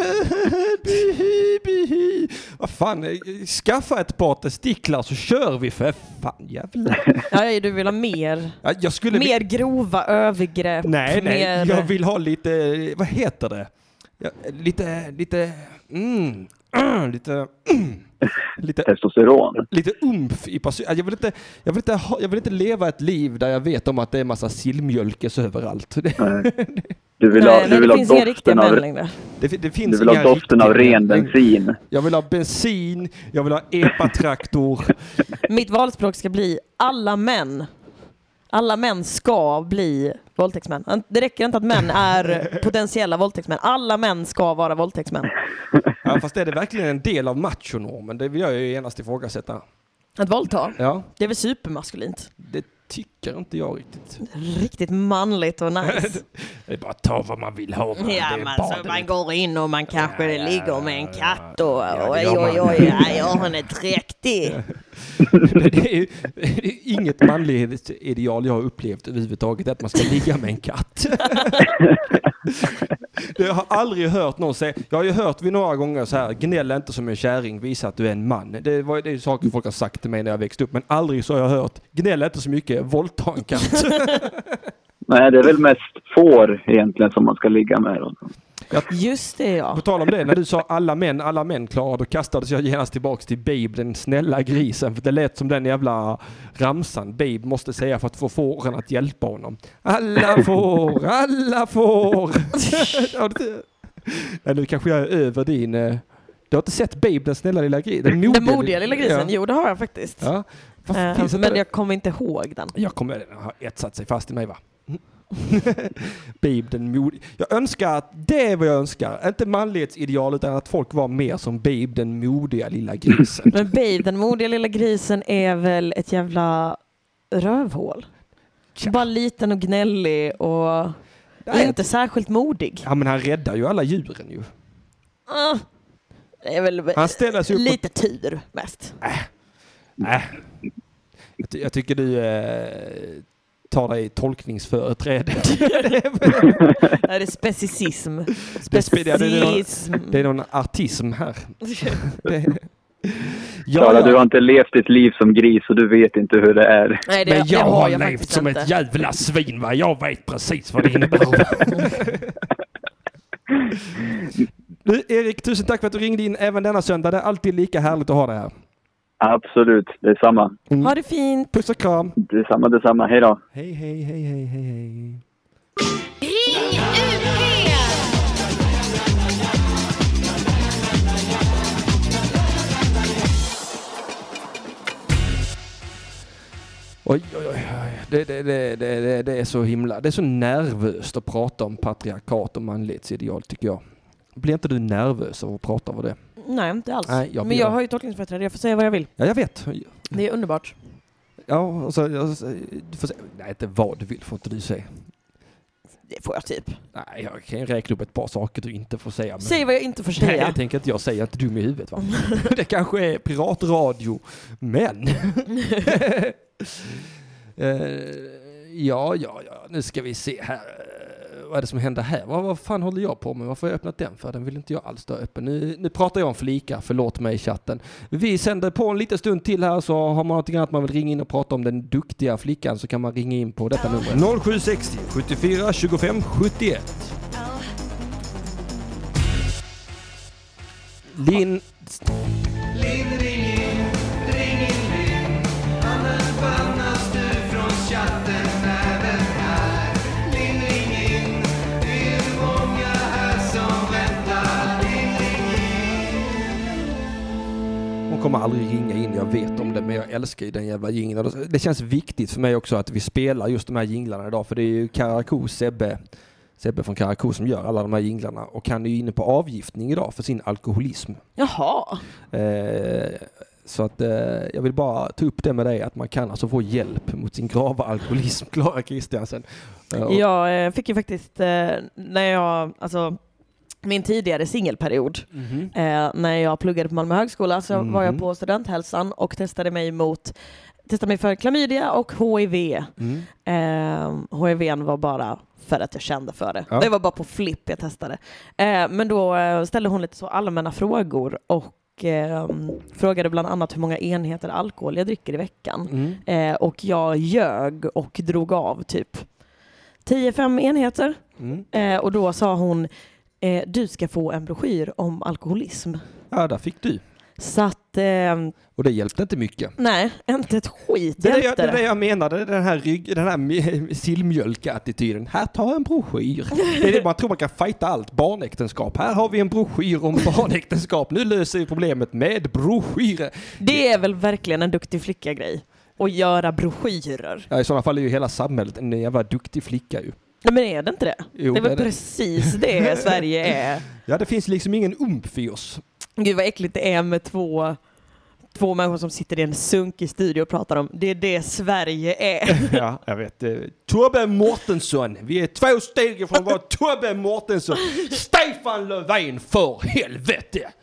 Bihi, bihi. Vad fan, eh, skaffa ett par testiklar så kör vi för fan, jävlar. Ja, du vill ha mer, Ja, jag skulle vi- mer grova övergrepp. Nej, nej, mer... jag vill ha lite, vad heter det? Ja, lite, lite, mm, mm, lite, mm, lite, Testosteron. lite umf i person. Jag vill inte, jag vill inte ha, jag vill inte leva ett liv där jag vet om att det är massa sillmjölkes överallt. Det, Nej. Du vill Nej, ha, nej, du vill det ha finns inga riktiga doften av... män längre. det, det finns Du vill ha inga doften av riktiga ren män. bensin. Jag vill ha bensin, jag vill ha epatraktor. Mitt valspråk ska bli alla män. Alla män ska bli våldtäktsmän. Det räcker inte att män är potentiella våldtäktsmän. Alla män ska vara våldtäktsmän. Ja, fast är det verkligen en del av machonormen? Det vill jag ju genast ifrågasätta. Att våldta, Ja, det är väl supermaskulint. det tycker inte jag riktigt. Riktigt manligt och nice. Det är bara att ta vad man vill ha. Man. Ja, Det är men bara så det. man går in och man kanske Ja, ja, ligger med en ja, katt och ja, det oj, gör oj, man. oj, ja, ja, hon är dräktig. det, är, det är inget manlighetsideal jag har upplevt överhuvudtaget att man ska ligga med en katt. Det har aldrig hört någon säga. Jag har ju hört vid några gånger så här: gnäll inte som en kärring, visa att du är en man. Det var det är saker folk har sagt till mig när jag växte upp, men aldrig så har jag hört gnäll inte så mycket, våldta en katt. Nej, det är väl mest får egentligen som man ska ligga med. Och så. Just det, ja. På tal om det, när du sa alla män, alla män klara, då kastades jag genast tillbaks till Babe, den snälla grisen. För det lät som den jävla ramsan Babe måste säga för att få fåren att hjälpa honom. Alla får, alla får. Nej, nu kanske jag är över din... Du har inte sett Babe, den snälla lilla grisen? Den modiga, den modiga lilla grisen, ja. Jo det har jag faktiskt. Ja. Uh, finns men jag kommer inte ihåg den. Jag kommer, den har etsat sig fast i mig va? Babe den modig. Jag önskar att det är vad jag önskar. Inte manlighetsideal utan att folk var mer som Babe den modiga lilla grisen. Men Babe den modiga lilla grisen är väl ett jävla rövhål. Tja. Bara liten och gnällig och Nej, inte särskilt modig. Ja men han räddar ju alla djuren ju. Uh, det är väl han ställer sig upp lite på... tur mest. Äh. Äh. Jag, ty- jag tycker du eh, tar dig tolkningsföreträde. Det är specicism. Specicism. Det, det, är någon, det är någon artism här. Det, ja, Klara, du har inte levt ditt liv som gris och du vet inte hur det är. Nej, det, Men jag, det har, har jag levt som inte. ett jävla svin va? Jag vet precis vad det innebär. Du, Erik, tusen tack för att du ringde in även denna söndag. Det är alltid lika härligt att ha det här. Absolut, det är samma. Mm. Ha det fint. Puss och kram. Det är samma, det är samma. Hej då. Hej, hej, hej, hej, hej, hej. Ring U P! Oj, oj, oj. Det, det, det, det, det är så himla... Det är så nervöst att prata om patriarkat och manlighetsideal tycker jag. Blir inte du nervös av att prata om det? Nej, inte alls. Nej, jag Men jag har ju tolkningsföreträde. Jag får säga vad jag vill. Ja, jag vet. Det är underbart. Ja, och så, du får säga... Nej, inte vad du vill får inte du säga. Det får jag typ. Nej, jag kan räkna upp ett par saker du inte får säga. Men... Säg vad jag inte får säga. Nej, jag tänker inte jag säga att du är dum i huvudet va? Det kanske är piratradio, men... uh, ja, ja, ja, nu ska vi se här. Vad är det som händer här? Vad, vad fan håller jag på med? Varför har jag öppnat den för? Den vill inte jag alls stå öppen. Nu, nu pratar jag om flikar, förlåt mig i chatten. Vi sänder på en liten stund till här, så har man någonting annat man vill ringa in och prata om den duktiga flickan så kan man ringa in på detta nummer. noll sju sex noll sjuttiofyra tjugofem sjuttioett. Linn... Linn, ring in, ring in, Linn. Annars bannas du från chatten även här. Linn, ring in, det är många här som väntar. Linn, ring in. Hon kommer aldrig ringa in, jag vet om det, men jag älskar ju den jävla jingeln. Det känns viktigt för mig också att vi spelar just de här jinglarna idag, för det är ju Karakou, Sebbe, Sebbe från Karakou som gör alla de här jinglarna, och han är ju inne på avgiftning idag för sin alkoholism. Jaha. Eh, så att eh, jag vill bara ta upp det med dig, att man kan alltså få hjälp mot sin grava alkoholism, Klara Kristiansen. Eh, Jag eh, fick ju faktiskt, eh, när jag, alltså min tidigare singelperiod, mm-hmm. eh, när jag pluggade på Malmö högskola, så Mm-hmm. var jag på studenthälsan och testade mig mot testade mig för klamydia och H I V. Mm. Eh, H I V var bara för att jag kände för det. Ja. Det var bara på flipp jag testade. Eh, men då eh, ställde hon lite så allmänna frågor och eh, frågade bland annat hur många enheter alkohol jag dricker i veckan. Mm. Eh, och jag ljög och drog av typ tio fem enheter. Mm. Eh, och då sa hon, eh, du ska få en broschyr om alkoholism. Ja, där fick du. Så att... Eh, och det hjälpte inte mycket. Nej, inte ett skit det. Är hjälpte det, det är det jag menade, den här, rygg, den här sillmjölk-attityden. Här, ta en broschyr. Det är det man tror man kan fighta allt. Barnäktenskap. Här har vi en broschyr om barnäktenskap. Nu löser vi problemet med broschyrer. Det är väl verkligen en duktig flicka-grej. Att göra broschyrer. Ja, i sådana fall är ju hela samhället en jävla duktig flicka ju. Nej, men är det inte det? Jo, det är väl det är precis det, det Sverige är. Ja, det finns liksom ingen ump för oss. Gud vad äckligt det är med två, två människor som sitter i en sunkig studio och pratar om. Det är det Sverige är. Ja, jag vet. Tobbe Mårtensson. Vi är två steg från vår Tobbe Mårtensson. Stefan Löfven, för helvete!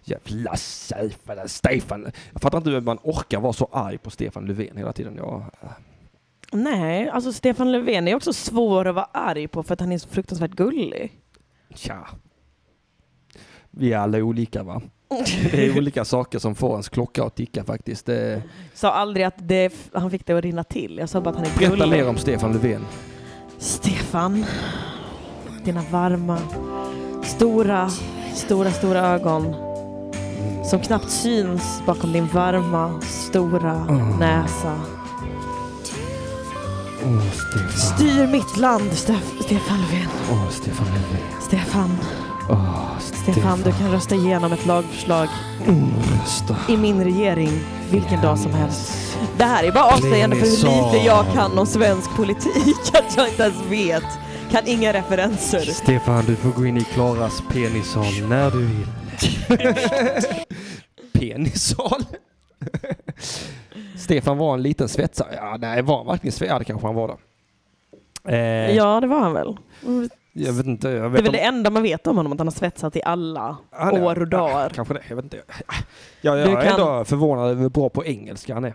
Jävla Stefan, Stefan. Jag fattar inte hur man orkar vara så arg på Stefan Löfven hela tiden. Jag... Nej, alltså Stefan Löfven är också svår att vara arg på för att han är så fruktansvärt gullig. Tja. Vi är alla olika, va? Det är olika saker som får ens klocka att ticka faktiskt. Det... Sa aldrig att det, han fick det att rinna till. Jag sa bara att han är Berätta gullig. mer om Stefan Löfven. Stefan, dina varma, stora, stora, stora ögon som knappt syns bakom din varma, stora Oh. näsa. Åh, Stefan. Styr mitt land, Stef- Stefan Löfven. Åh, Stefan Löfven. Stefan, Åh, Stefan, du kan rösta igenom ett lagförslag Mm, rösta. i min regering vilken dag som helst. Det här är bara avslöjande för hur lite jag kan om svensk politik. Att jag inte ens vet. Kan inga referenser. Stefan, du får gå in i Klaras penishål när du vill. Penishål? Stefan var en liten svetsare. Ja, nej, var han verkligen svetsare? Ja, det kanske han var då. Eh, Ja, det var han väl. Jag vet inte. Jag vet Det är väl om... det enda man vet om honom, att han har svetsat i alla Ja, nej, år och dagar. Ja, kanske det. Jag vet inte. Ja, jag Du är kan- ändå förvånad över hur bra på engelska han är.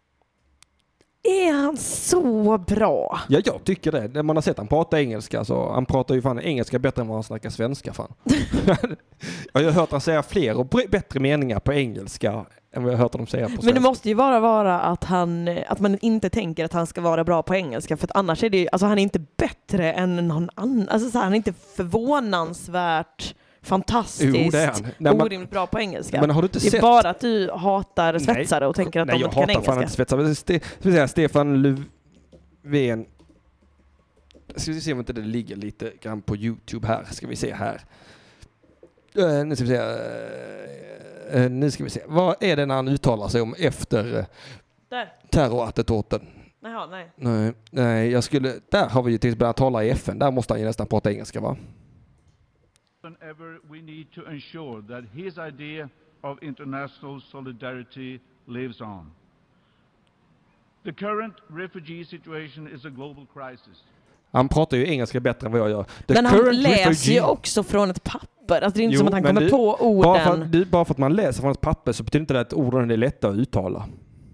Är han så bra? Ja, jag tycker det. När man har sett han prata engelska så han pratar ju fan engelska bättre än vad han snackar svenska fan. Jag har hört han säga fler och bre- bättre meningar på engelska än vad jag har hört honom säga på svenska. Men det måste ju bara vara att, han, att man inte tänker att han ska vara bra på engelska, för att annars är det ju, alltså han är inte bättre än någon annan. Alltså så här, han är inte förvånansvärt fantastiskt Jo, det är han. Nej, man- orimligt bra på engelska. Men har du inte det är sett- bara att du hatar svetsare och tänker att Nej, de jag inte kan hatar fan engelska. inte svetsare. Men Ste- ska vi säga, Stefan Löfven. Ska vi se om inte det ligger lite grann på YouTube här. Ska vi se här. Uh, nu ska vi se. Uh, nu ska vi se. Vad är det när han uttalar sig om efter uh, Där. terrorattentaten? Jaha, nej. Nej, nej, jag skulle... Där har vi ju till exempel att tala i F N. Där måste han ju nästan prata engelska, va? than ever, we need to ensure that his idea of international solidarity lives on. The current refugee situation is a global crisis. Han pratar ju engelska bättre än vad jag gör. The Men han current läser refugee- ju också från ett papper. Alltså det är inte Jo, som att han men kommer du- på Bara för, orden. att, du, bara för att man läser från ett papper så betyder inte det att orden är lätta att uttala.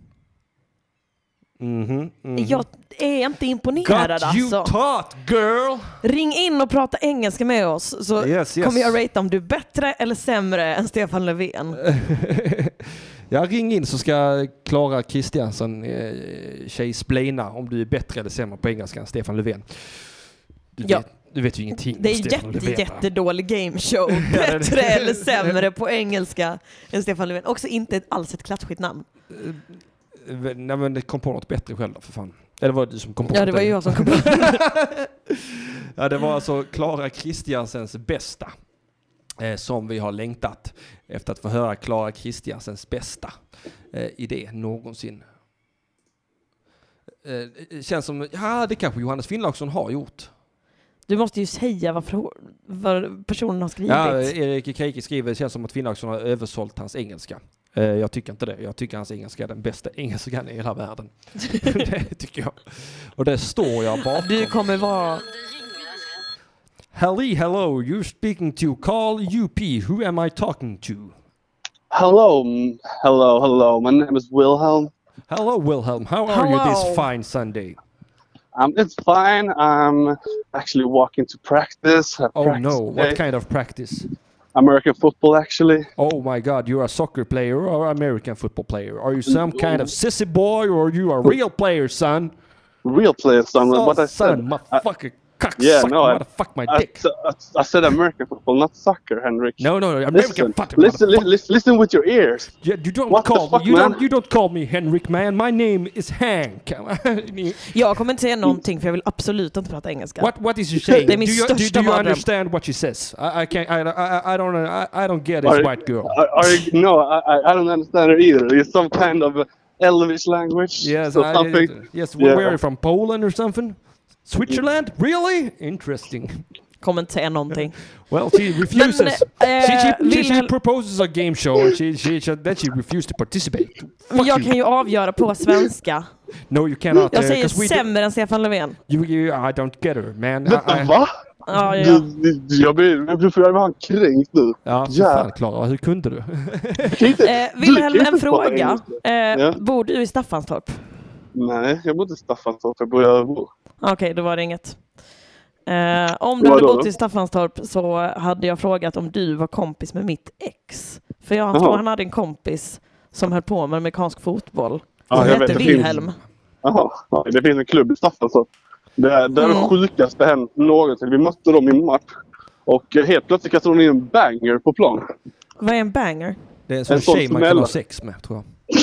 Mhm, mhm. Jag är inte imponerad Got you alltså. taught, girl! Ring in och prata engelska med oss, så Yes, yes. kommer jag rata om du är bättre eller sämre än Stefan Löfven. Ja, ring in så ska Klara Kristiansson eh, tjej splaina om du är bättre eller sämre på engelska än Stefan Löfven. Du, Ja. vet, du vet ju ingenting Det om är Stefan jätte, Löfven. jättedålig gameshow. Bättre eller sämre på engelska än Stefan Löfven. Också inte alls ett klatschigt namn. Nej, men det kom på något bättre själv då, för fan. Eller var det du som kom på Ja, något det var ju bättre? jag som kom på det. Ja, det var alltså Klara Kristiansens bästa. Eh, som vi har längtat efter att få höra Klara Kristiansens bästa eh, idé någonsin. Eh, det känns som, ja det kanske Johannes Finnlaugsson har gjort. Du måste ju säga vad, för, vad personen har skrivit. Ja, Erik Keiki skriver, det känns som att Finnlaugsson har översålt hans engelska. Eh, jag tycker inte det. Jag tycker hans engelska är den bästa engelskan i hela världen. Det tycker jag. Och det står jag bakom. Du kommer vara... Hello, hello, you're speaking to Carl U P. Who am I talking to? Hello, mm, hello, hello. My name is Wilhelm. Hello, Wilhelm. How are you Hello. this fine Sunday? Um, it's fine. I'm actually walking to practice. I Oh practice no, today. what kind of practice? American football, actually. Oh my God, you're a soccer player or American football player? Are you some kind of sissy boy or you a real player, son? Real player, son. Oh, what I son, said. motherfucker, cock, Yeah, suck, no, I- motherfuck my I, dick. I, I said American football, not soccer, Henrik. No, no, American listen, football, Listen, li- listen, listen with your ears. Yeah, you don't What the call fuck, me. You man? don't. You don't call me Henrik, man. My name is Hank. Jag kommer inte säga någonting för jag vill absolut inte prata engelska. What What is you saying? Det är min do you, do, största do you mardröm. understand what she says? I, I can't. I, I, I don't. I, I don't get this, Are you- white girl. Are, are you, no, I, I- I don't understand it either. It's some kind of Elvish language. Yes, so I, something. yes. Yeah. Where are you from? Poland or something? Switzerland? Really? Interesting. Kommer inte säga någonting. Well, she refuses. Men, eh, she, she, she, she Wilhelm- proposes a game show, and she, she, she then she refused to participate. Men Fuck jag you. kan ju avgöra på svenska. No, you cannot. Jag uh, säger 'cause we do- sämre än Stefan Löfven. You, you, I don't get her, man. I, Vänta, I, va? Ja, ja, ja. Du, du, jag blir, du får göra han kränkt nu. Ja, för fan Klara, hur kunde du? Eh, Wilhelm, en fråga. Eh, Ja. Bor du i Staffanstorp? Nej, jag bor inte i Staffanstorp, jag bor i Örebro. Okej, okay, då var det inget. Eh, om du Vadå hade bott då? i Staffanstorp så hade jag frågat om du var kompis med mitt ex. För jag Jaha. tror han hade en kompis som höll på med amerikansk fotboll. Ja, som jag hette vet, det Wilhelm. finns- Jaha, ja, det finns en klubb i Staffanstorp. Det är det, är det Mm. sjukaste hänt någonsin. Vi mötte dem i match. Och eh, helt plötsligt kastade de in en banger på plan. Vad är en banger? Det är en sån En sån tjej man kan smälla. ha sex med, tror jag.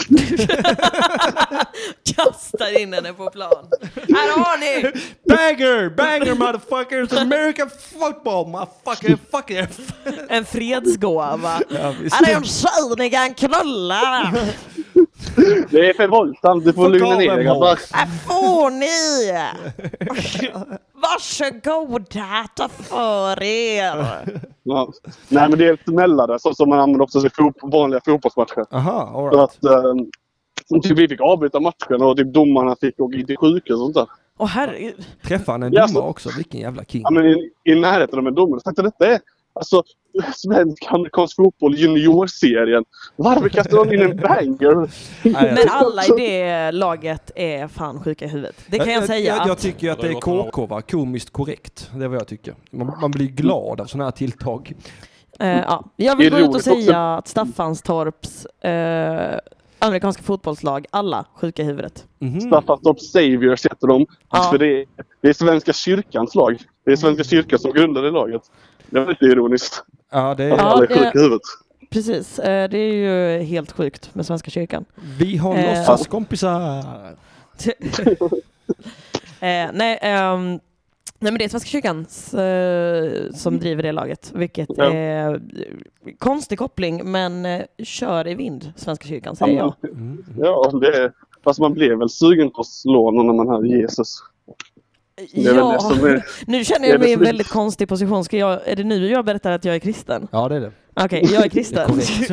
Kastar in henne på plan. Här har ni! Banger! Banger motherfuckers! American football motherfucker! Fucker! En fredsgåva. Ja, visst. Här är en tjej ni kan knulla. Det är för våldsamt. Du får Fuck lugna all ner them dig. hoes. Här får ni! Varsågoda, ta för er. Ja. Nej, men det är ett smällare så, som man använder också i fot- vanliga fotbollsmatcher. Aha, all Så right. att eh, typ vi fick avbryta matchen och typ domarna fick åka in till sjukhus och sånt där. Åh herregud. Träffade han en Ja, domare så- också? Vilken jävla king. Ja, men i, i närheten av en domare. Så att detta är alltså svensk amerikansk fotboll juniorserien. Varför kastar de in en banger? Men alla i det laget är fan sjuka i huvudet. Det kan jag, jag, säga. jag, att, jag tycker ju att det är K K, va? Komiskt korrekt. Det är vad jag tycker. Man, man blir glad av sådana här tilltag. eh, ja. Jag vill gå ut och Ironiskt säga att Staffanstorps eh, amerikanska fotbollslag, alla sjuka i huvudet. Mhm. Staffanstorp Saviors heter de. Ja. För det är, det är Svenska kyrkans lag. Det är Svenska kyrkan som grundade laget. Det var lite ironiskt. Ja, det Att är, alla är det- sjuka i huvudet. Precis, eh, det är ju helt sjukt med Svenska kyrkan. vi har Eh. låtsaskompisar. eh, nej, ehm, nej, men det är Svenska kyrkan eh, som driver det laget, vilket Ja. är eh, konstig koppling, men eh, kör i vind, Svenska kyrkan, säger jag. Mm. Ja, det är, fast man blev väl sugen på att slå någon när man hörde Jesus. Det är väl Ja, det som är... nu känner det är jag mig i det en som är- väldigt konstig position. Ska jag, är det nu jag berättar att jag är kristen? Ja, det är det. Okej, jag är kristen. Korrekt.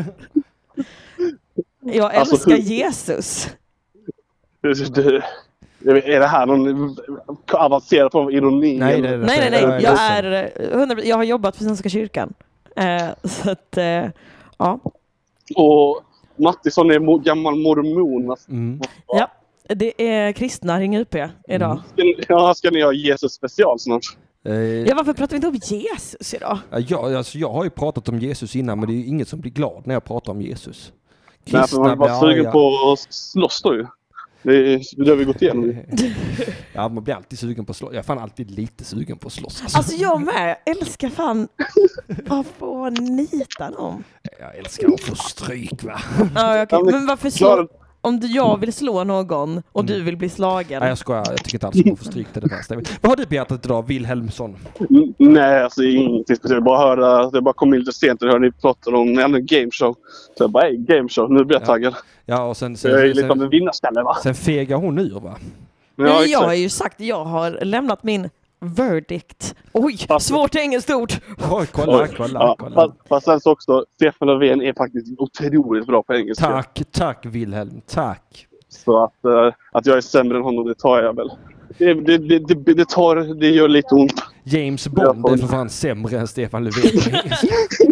Jag Alltså, älskar hur- Jesus. Det, det, är det här någon avancerad form av ironi? Nej, eller? det är det. Nej, nej, Jag är nej. Jag ledsen. är eh, hundra jag har jobbat för Svenska kyrkan. Eh, så att, eh, ja. Och Mattisson är mo- gammal mormon. Mm. Ja, det är kristna Ring U P idag. Ska ni, ja, ska ni ha Jesus special snart? Eh, Ja, varför pratar vi inte om Jesus idag? ja, jag, alltså, jag har ju pratat om Jesus innan, men det är ju inget som blir glad när jag pratar om Jesus. Nej, för man är bara blir sugen arga. på att slåss då ju. Det, är, det har vi gått igenom. Ja, man blir alltid sugen på att slåss. Jag är fan alltid lite sugen på att slåss. Alltså. Alltså jag med, jag älskar fan vad får nita dem? Jag älskar att få stryk, va? Ja, okej. Ja, men Men varför klar- slå, om du, jag vill slå någon och du vill bli slagen? Nej, jag skojar. Jag tycker inte alls om att få stryk. Det är det värsta jag vet. Vad har du på hjärtat idag, Wilhelmsson? Mm, Nej, alltså ingenting speciellt. Bara höra, det bara kom in lite sent och hörde ni prata om en gameshow. Så jag bara, hej, gameshow, nu blir jag Ja. taggad. Ja, och sen, sen, Jag är sen, lite av en sen, vinnarskalle, va? sen fegar hon ur, va? Ja, jag exakt. har ju sagt, jag har lämnat min verdict. Oj, Fast- svårt engelskt ord. Oj, kolla, Oj. kolla, Ja, kolla. fast, fast sen så också, Stefan Löfven är faktiskt otroligt bra på engelska. Tack, tack Wilhelm, tack. Så att, eh, att jag är sämre än honom, det tar jag väl. Det, det, det, det, det, tar, det gör lite ont. James Bond är för fan sämre än Stefan Löfven på engelska.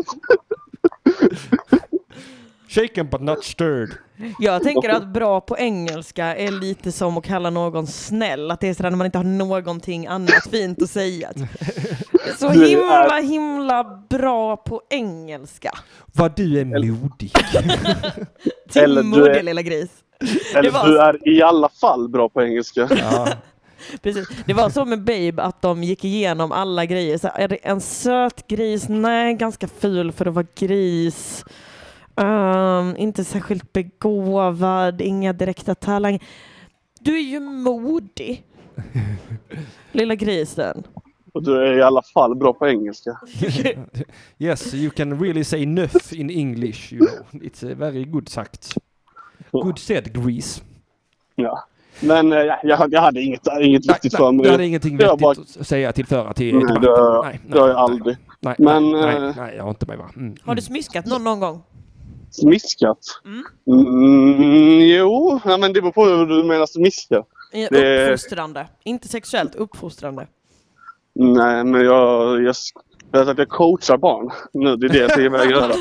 Shaken but not stirred. Jag tänker att bra på engelska är lite som att kalla någon snäll. Att det är sådär när man inte har någonting annat fint att säga. Så Du himla, himla bra på engelska. Vad du är modig. Till Eller du modig är- lilla gris. Eller var- du är i alla fall bra på engelska. Ja. Precis. Det var så med Babe att de gick igenom alla grejer. Så är det en söt gris? Nej, ganska ful för att vara gris. Um, inte särskilt begåvad, inga direkta talanger. Du är ju modig. Lilla grisen. Och du är i alla fall bra på engelska. Yes, you can really say enough in English, you know. It's a very good sagt. Good said, Grease. Ja. Men eh, jag, jag hade inget, inget viktigt för mig. Du hade ingenting Jag vettigt bara- att säga tillföra till Nej, debatten. det har- nej, det har jag nej, aldrig. Nej, Men, nej, eh, nej, nej, jag har inte mig, va? Mm. Har du smiskat någon någon gång? Smiskat? Mm. Mm, jo, ja, men det beror på hur du menar smiska. Eh, Det- Uppfostrande. Inte sexuellt, uppfostrande. Nej, men jag, jag, jag, jag, jag coachar barn nu. Det är det jag ska iväg göra.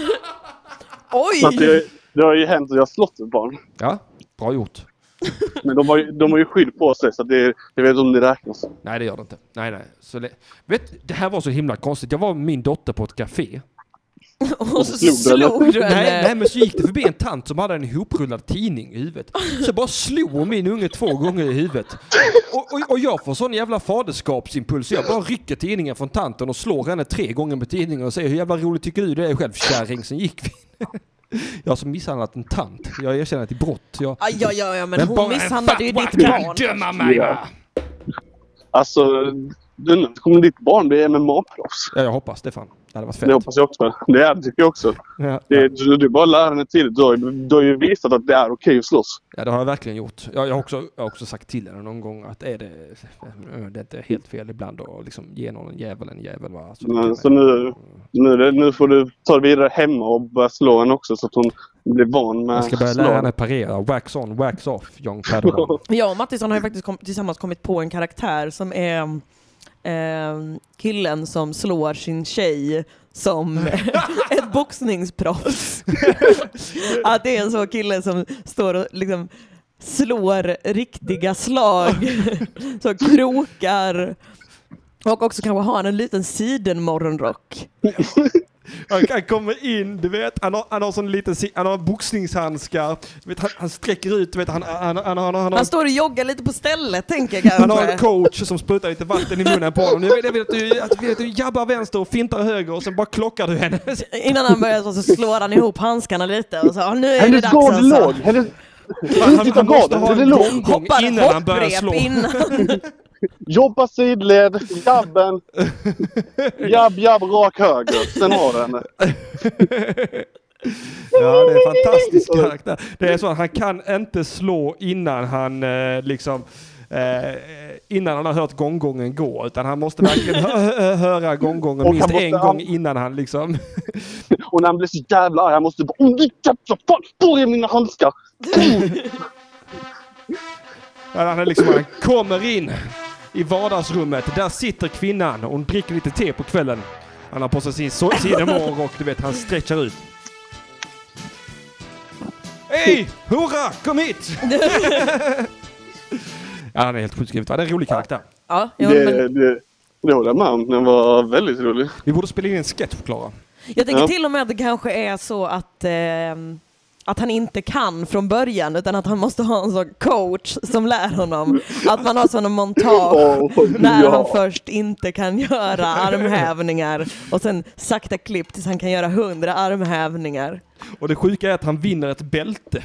Oj! Så att det, det har ju hänt att jag har slått ett barn. Ja, bra gjort. Men de har ju, de har ju skydd på sig så det, jag vet inte om det räknas. Nej, det gör det inte. Nej, nej. Så det, vet, det här var så himla konstigt. Jag var med min dotter på ett café. Och så slog du henne. Nej, nej, men så gick det förbi en tant som hade en ihoprullad tidning i huvudet. Så jag bara slog hon min unge två gånger i huvudet. Och, och, och jag får sån jävla faderskapsimpuls. Jag bara rycker tidningen från tanten och slår henne tre gånger med tidningen och säger hur jävla roligt tycker du det är själv, kärring. Sen gick vi. Jag har som misshandlat en tant. Jag erkänner till brott. Jag, ja, ja, ja, ja, men hon misshandlade ju ditt barn. Döma mig, va? Alltså, du, kommer ditt barn bli M M A-proffs? Ja, jag hoppas det fan. Det hade varit fett. Det hoppas jag också. Det är det tycker jag också. Ja, det, du, du bara lär henne till. Du har, du har ju visat att det är okej att slåss. Ja, det har jag verkligen gjort. Jag, jag, har, också, jag har också sagt till henne någon gång att är det, det är inte helt fel ibland att liksom ge någon jävel en jävel. Va? Så, Men, så nu, nu, nu får du ta det vidare hemma och börja slå henne också så att hon blir van med jag ska börja lära henne parera. Wax on, wax off, young Padawan. Jag och Mattisson har ju faktiskt kom, tillsammans kommit på en karaktär som är eh, killen som slår sin tjej som ett boxningsproffs. Att det är en sån kille som står och liksom slår riktiga slag, så krokar, och också kanske har en liten sidenmorgonrock. Han, han kommer in, du vet, han har, han har sån liten, han har boxningshandskar, du vet, han, han sträcker ut, du vet, han, han, han, han, han, han står och joggar lite på stället, tänker jag kanske. Han har en coach som sprutar lite vatten i munnen på honom. Jag vet att du, att du, att du jabbar vänster och fintar höger och sen bara klockar du henne. Innan han börjar så slår han ihop handskarna lite och så, nu är hennes det dags alltså. Låg. Hennes Han, han, han måste ha en lång gång innan han börjar slå. Innan. Jobba sidled, jabben, jabb, jabb, rak höger. Sen har den. Ja, det är en fantastisk karaktär. Det är så att han kan inte slå innan han eh, liksom eh, innan han har hört gånggången gå, utan han måste verkligen hö- höra gånggången och minst en gång innan han liksom. Och när han blir så jävla arg, han måste bara om du jävla fan, får jag mina handskar. Ja, han är liksom, han kommer in i vardagsrummet. Där sitter kvinnan och hon dricker lite te på kvällen. Han har på sig sin so- sidenmorgon och du vet, han stretchar ut. Hej! Hurra! Kom hit! Ja, han är helt sjukskrivet. Det är en rolig karaktär. Ja, ja, det, men... det, det håller jag med om. Den var väldigt rolig. Vi borde spela in en sketch, Klara. Jag tänker ja. till och med att det kanske är så att eh, att han inte kan från början, utan att han måste ha en sån coach som lär honom. Att man har sådana montage oh, när ja. han först inte kan göra armhävningar och sen sakta klipp tills han kan göra hundra armhävningar. Och det sjuka är att han vinner ett bälte.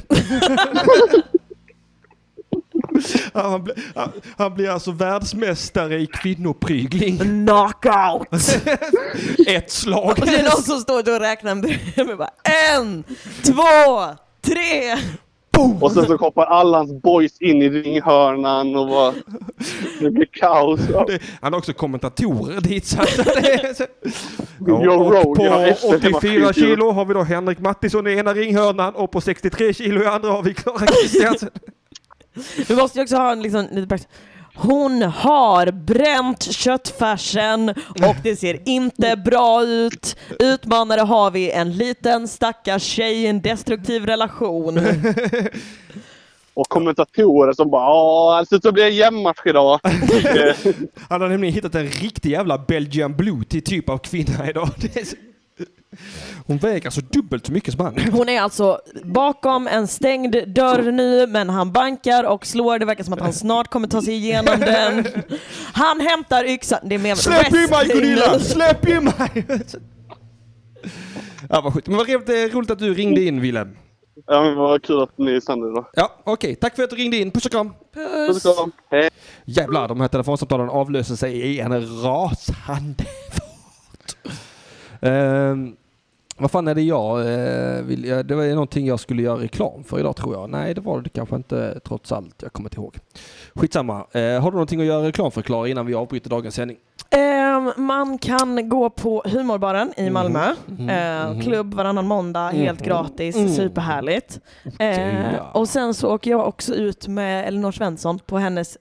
Han blir, han, han blir alltså världsmästare i kvinnoprygling. Knockout! Ett slag. Och det är någon som står och räknar med bara en, två, tre. Boom! Och sen så hoppar alla hans boys in i ringhörnan och bara, det blir kaos. Det, han har också kommentatorer dit. Så det är så. Ja, och på åttiofyra kilo har vi då Henrik Mattisson i ena ringhörnan och på sextiotre kilo i andra har vi Klara Kristiansen. Du måste ju också ha en liksom lite. Hon har bränt köttfärsen och det ser inte bra ut. Utmanare har vi en liten stackars tjej i en destruktiv relation. Och kommentatorer som bara, ja, alltså så blir det en jämnmatch idag. Han har nämligen hittat en riktig jävla Belgian Blue till typ av kvinna idag. Det är så... Hon väger alltså dubbelt så mycket som han. Hon är alltså bakom en stängd dörr nu, men han bankar och slår. Det verkar som att han snart kommer ta sig igenom den. Han hämtar yxan. Det är mer släpp i mig, Gunilla! Släpp i mig! Ja, vad sjukt. Men vad roligt, roligt att du ringde in, Willem. Ja, men vad kul att ni är sanna idag. Ja, okej. Okay. Tack för att du ringde in. Puss och kram. Puss. Puss och kram. Hej. Jävlar, de här telefonsamtalen avlöser sig i en rasande fart. Um, vad fan är det jag uh, vill jag, det var någonting jag skulle göra reklam för idag, tror jag. Nej, det var det kanske inte, trots allt. Jag kommer inte ihåg. Skitsamma. Uh, har du någonting att göra reklam för, Klara, innan vi avbryter dagens sändning? Um, man kan gå på Humorbaren i Malmö. Mm. Mm. Uh, klubb varannan måndag, mm. helt gratis. Mm. Superhärligt. Okay, uh, ja. Och sen så åker jag också ut med Elinor Svensson på hennes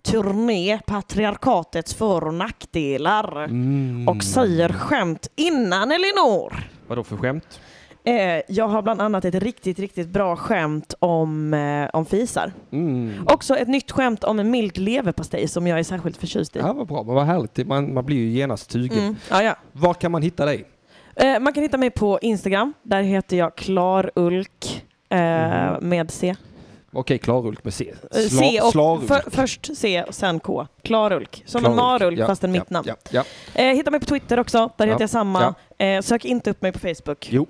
turné patriarkatets för- och nackdelar Mm. och säger skämt innan Elinor. Vadå för skämt? Eh, jag har bland annat ett riktigt, riktigt bra skämt om, eh, om fisar. Mm. Också ett nytt skämt om en mild leverpastej som jag är särskilt förtjust i. Ja, vad bra. Men vad härligt. Man, man blir ju genast sugen. Mm. Ja, ja. Var kan man hitta dig? Eh, man kan hitta mig på Instagram. Där heter jag Klarulk eh, Mm. med C. Okej, Klarulk med C. Eh, C och Slarulk. för, först C och sen K. Klarulk. Som Klarulk. en marulk Ja, fast en ja, mitt namn. Ja, ja. Eh, hitta mig på Twitter också. Där Ja, heter jag samma. Eh, sök inte upp mig på Facebook. Jo.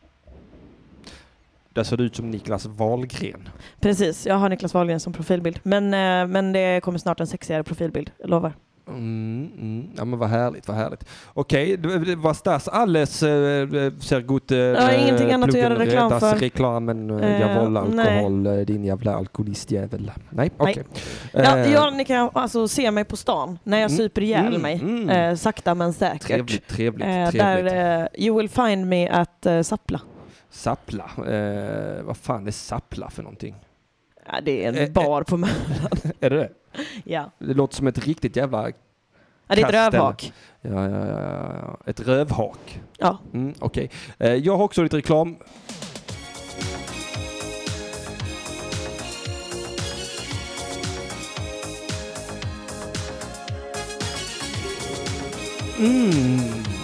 Där ser det ut som Niklas Wahlgren. Precis, jag har Niklas Wahlgren som profilbild. Men, eh, men det kommer snart en sexigare profilbild, jag lovar. Mm, mm. Ja, men vad härligt, vad härligt. Okej, okay, vad stas alles äh, ser gut. Äh, Ja, ingenting annat att göra reklam das för. Reklamen, äh, Eh, jag vållar nej. alkohol, äh, din jävla alkoholistjävel. Nej, okej. Okay. Ja, Eh, ja, ni kan alltså se mig på stan när jag Mm, super ihjäl mm, mig. mm. Eh, sakta men säkert. Trevligt, trevligt, Eh, trevligt. Där, eh, you will find me at uh, Sappla. Sappla. Eh, vad fan är Sappla för någonting? Ja, det är en Eh, bar på Möllan. Är det det? Ja. Det låter som ett riktigt jävla... Ja, det är ett kast, rövhak. eller? Ja, ja, ja, ja. Ett rövhak. Ja. Mm, okej. Eh, jag har också lite reklam. Mm.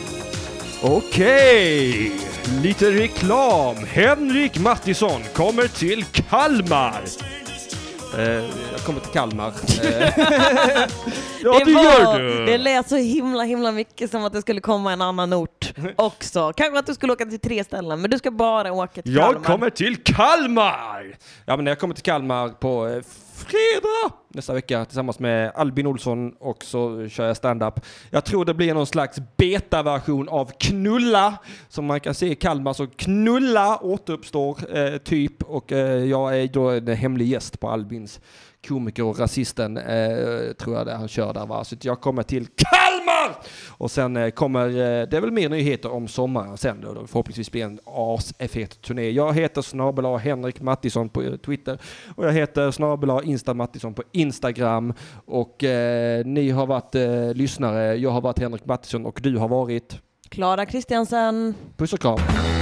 Okej, lite reklam. Henrik Mattisson kommer till Kalmar. Eh, jag kommer till Kalmar. Eh, ja, det, det gör du. Det lät så himla himla mycket som att det skulle komma en annan ort också. Kanske att du skulle åka till tre ställen, men du ska bara åka till Jag Kalmar. kommer till Kalmar! Ja, men jag kommer till Kalmar på eh, fredag nästa vecka tillsammans med Albin Olsson och så kör jag stand-up. Jag tror det blir någon slags beta-version av Knulla som man kan se i Kalmar. Så Knulla återuppstår eh, typ och eh, jag är då en hemlig gäst på Albins komiker och rasisten eh, tror jag det han kör där, va? Så jag kommer till Kalmar! Och sen eh, kommer eh, det är väl mer nyheter om sommaren sen då, då förhoppningsvis blir en as-effekt turné. Jag heter snabel-a Henrik Mattisson på Twitter och jag heter snabel-a Insta Mattisson på Instagram och eh, ni har varit eh, lyssnare, jag har varit Henrik Mattisson och du har varit Klara Kristiansen. Puss och kram.